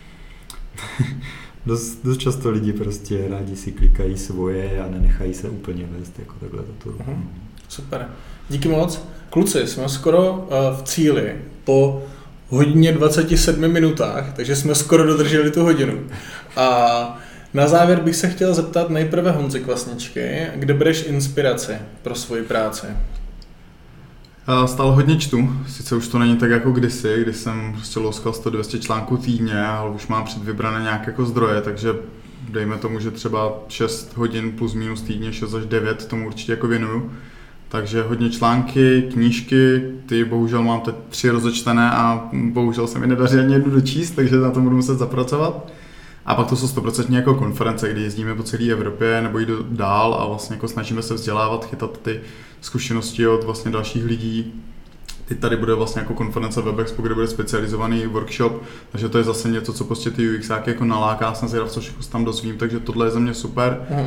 dost často lidi prostě rádi si klikají svoje a nenechají se úplně vést jako takhle za to. Super. Díky moc. Kluci, jsme skoro v cíli po hodině 27 minutách, takže jsme skoro dodrželi tu hodinu. A na závěr bych se chtěl zeptat nejprve Honzi Kvasničky, kde bereš inspiraci pro svoji práci? Stále hodně čtu, sice už to není tak jako kdysi, kdy jsem prostě louskal 100-200 článků týdně, ale už mám předvybrané nějaké jako zdroje, takže dejme tomu, že třeba 6 hodin plus minus týdně, 6 až 9 tomu určitě jako věnuju. Takže hodně články, knížky, ty bohužel mám teď 3 rozečtené a bohužel se mi nedaří ani jednu dočíst, takže na tom budu muset zapracovat. A pak to jsou 100% jako konference, kdy jezdíme po celé Evropě nebo jdu dál a vlastně jako snažíme se vzdělávat, chytat ty zkušenosti od vlastně dalších lidí. Teď tady bude vlastně jako konference WebExpo, kde bude specializovaný workshop, takže to je zase něco, co prostě ty UXáky jako naláká, jsem zvědav, co všechno tam dozvím, takže tohle je za mě super.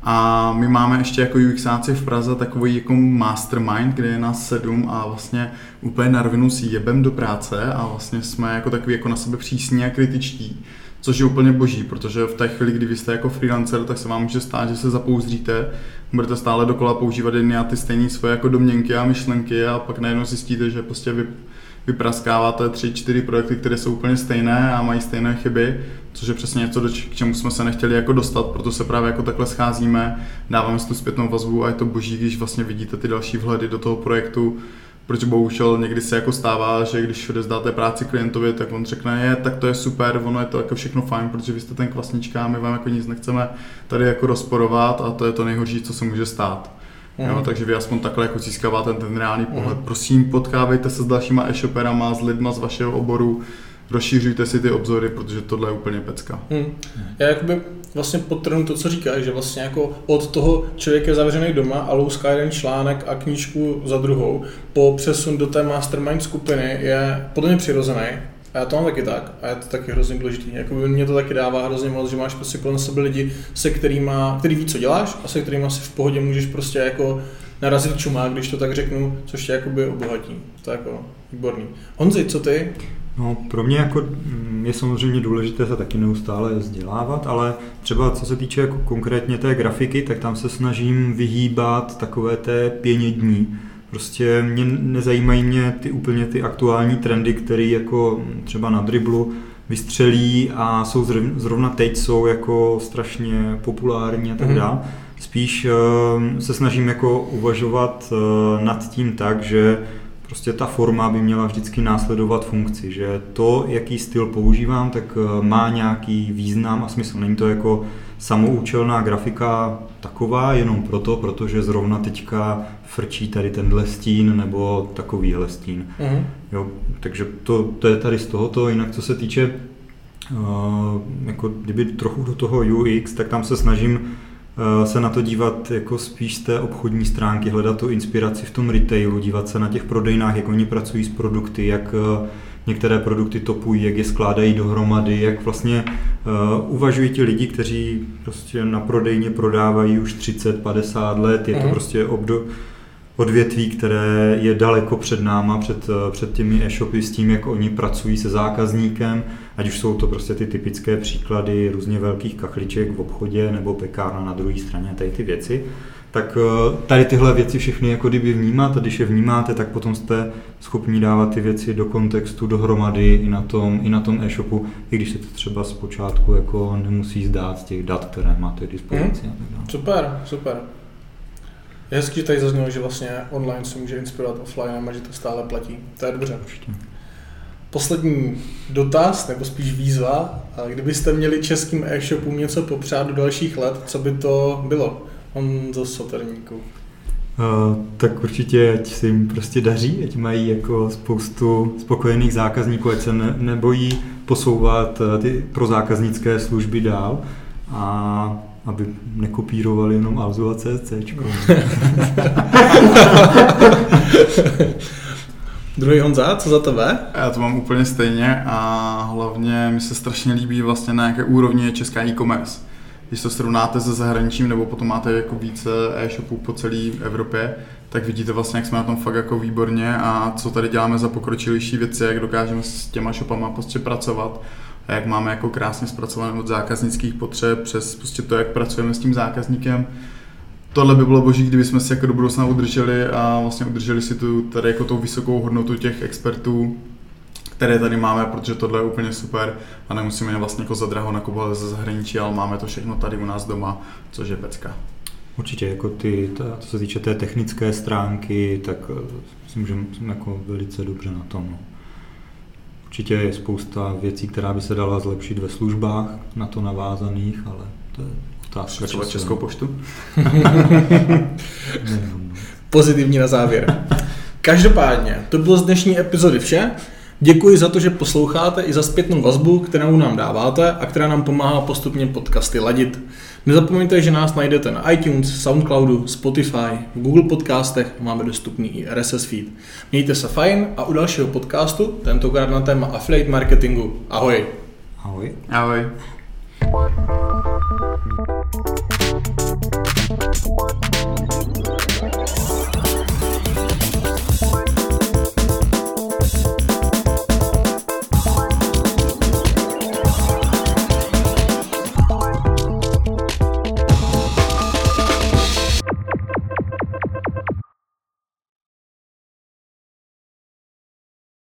A my máme ještě jako UXáci v Praze takový jako mastermind, kde je nás 7 a vlastně úplně na rovinu si jebem do práce a vlastně jsme jako takový jako na sebe přísní a kritičtí, což je úplně boží, protože v té chvíli, kdy vy jste jako freelancer, tak se vám může stát, že se zapouzříte, budete stále dokola používat jedny a ty stejné svoje jako domněnky a myšlenky a pak najednou zjistíte, že prostě vypraskáváte 3-4 projekty, které jsou úplně stejné a mají stejné chyby, což je přesně něco, k čemu jsme se nechtěli jako dostat, proto se právě jako takhle scházíme, dáváme si tu zpětnou vazbu a je to boží, když vlastně vidíte ty další vhledy do toho projektu, protože bohužel někdy se jako stává, že když odevzdáte práci klientovi, tak on řekne, tak to je super, ono je to jako všechno fajn, protože vy jste ten kvasnička a my vám jako nic nechceme tady jako rozporovat a to je to nejhorší, co se může stát. Jo, takže vy aspoň takhle jako získáváte ten reálný pohled. Prosím, potkávejte se s dalšíma e-shoperama, s lidma z vašeho oboru, rozšířujte si ty obzory, protože tohle je úplně pecka. Já jakoby vlastně podtrhnu to, co říkáš, že vlastně jako od toho člověk je zavřený doma a louská jeden článek a knížku za druhou, po přesun do té mastermind skupiny je podle mě přirozený. A já to mám taky tak a je to taky hrozně důležitý. Jakoby mě to taky dává hrozně moc, že máš prostě kolem sebe lidi, který ví, co děláš a se kterými si v pohodě můžeš prostě jako narazit čumák, když to tak řeknu, což tě jakoby obohatí. To je jako výborný. Honzi, co ty? No, pro mě jako je samozřejmě důležité se taky neustále vzdělávat, ale třeba co se týče jako konkrétně té grafiky, tak tam se snažím vyhýbat takové té pěně dní. Prostě nezajímají mě úplně ty aktuální trendy, které jako třeba na Dribblu vystřelí a jsou zrovna teď jsou jako strašně populární a tak dále. Spíš se snažím jako uvažovat nad tím tak, že prostě ta forma by měla vždycky následovat funkci, že to, jaký styl používám, tak má nějaký význam a smysl. Není to jako samoučelná grafika taková jenom proto, protože zrovna teďka frčí tady tenhle stín nebo takovýhle stín. Jo, takže to je tady z tohoto, jinak co se týče jako kdyby trochu do toho UX, tak tam se snažím se na to dívat jako spíš z té obchodní stránky, hledat tu inspiraci v tom retailu, dívat se na těch prodejnách, jak oni pracují s produkty, jak některé produkty topují, jak je skládají dohromady, jak vlastně uvažují ti lidi, kteří prostě na prodejně prodávají už 30-50 let, je to prostě odvětví, které je daleko před náma, před těmi e-shopy s tím, jak oni pracují se zákazníkem, ať už jsou to prostě ty typické příklady různě velkých kachliček v obchodě nebo pekárna na druhé straně, tady ty věci. Tak tady tyhle věci všechny jako kdyby vnímat a když je vnímáte, tak potom jste schopni dávat ty věci do kontextu dohromady i na tom e-shopu, i když se to třeba zpočátku jako nemusí zdát z těch dat, které máte k dispozici. Super. Je hezký, že tady zaznělo, že vlastně online se může inspirovat offline a že to stále platí. To je dobře. Určitě. Poslední dotaz, nebo spíš výzva. Kdybyste měli českým e-shopům něco popřát do dalších let, co by to bylo? Honzo Soterníku. Tak určitě, ať se jim prostě daří, ať mají jako spoustu spokojených zákazníků, ať se nebojí posouvat ty prozákaznické služby dál a aby nekopírovali jenom Alzu a CSCčko. Druhý Honza, co za tebe? Já to mám úplně stejně a hlavně mi se strašně líbí vlastně na jaké úrovni je česká e-commerce. Když to srovnáte se zahraničím nebo potom máte jako více e-shopů po celé Evropě, tak vidíte vlastně, jak jsme na tom fakt jako výborně a co tady děláme za pokročilejší věci, jak dokážeme s těma shopama prostě pracovat a jak máme jako krásně zpracované od zákaznických potřeb přes prostě to, jak pracujeme s tím zákazníkem. Tohle by bylo boží, kdyby jsme si jako do budoucna udrželi a vlastně udrželi si tady jako tou vysokou hodnotu těch expertů, které tady máme, protože tohle je úplně super a nemusíme je vlastně jako za draho nakupovat ze zahraničí, ale máme to všechno tady u nás doma, což je pecka. Určitě, jako co se týče té technické stránky, tak myslím, že jsme jako velice dobře na tom. No. Určitě je spousta věcí, která by se dala zlepšit ve službách na to navázaných, ale to je otázka. Třeba Českou poštu? Pozitivní na závěr. Každopádně, to bylo z dnešní epizody vše. Děkuji za to, že posloucháte i za zpětnou vazbu, kterou nám dáváte a která nám pomáhá postupně podcasty ladit. Nezapomeňte, že nás najdete na iTunes, Soundcloudu, Spotify, v Google podcastech máme dostupný i RSS feed. Mějte se fajn a u dalšího podcastu, tentokrát na téma affiliate marketingu. Ahoj. Ahoj. Ahoj.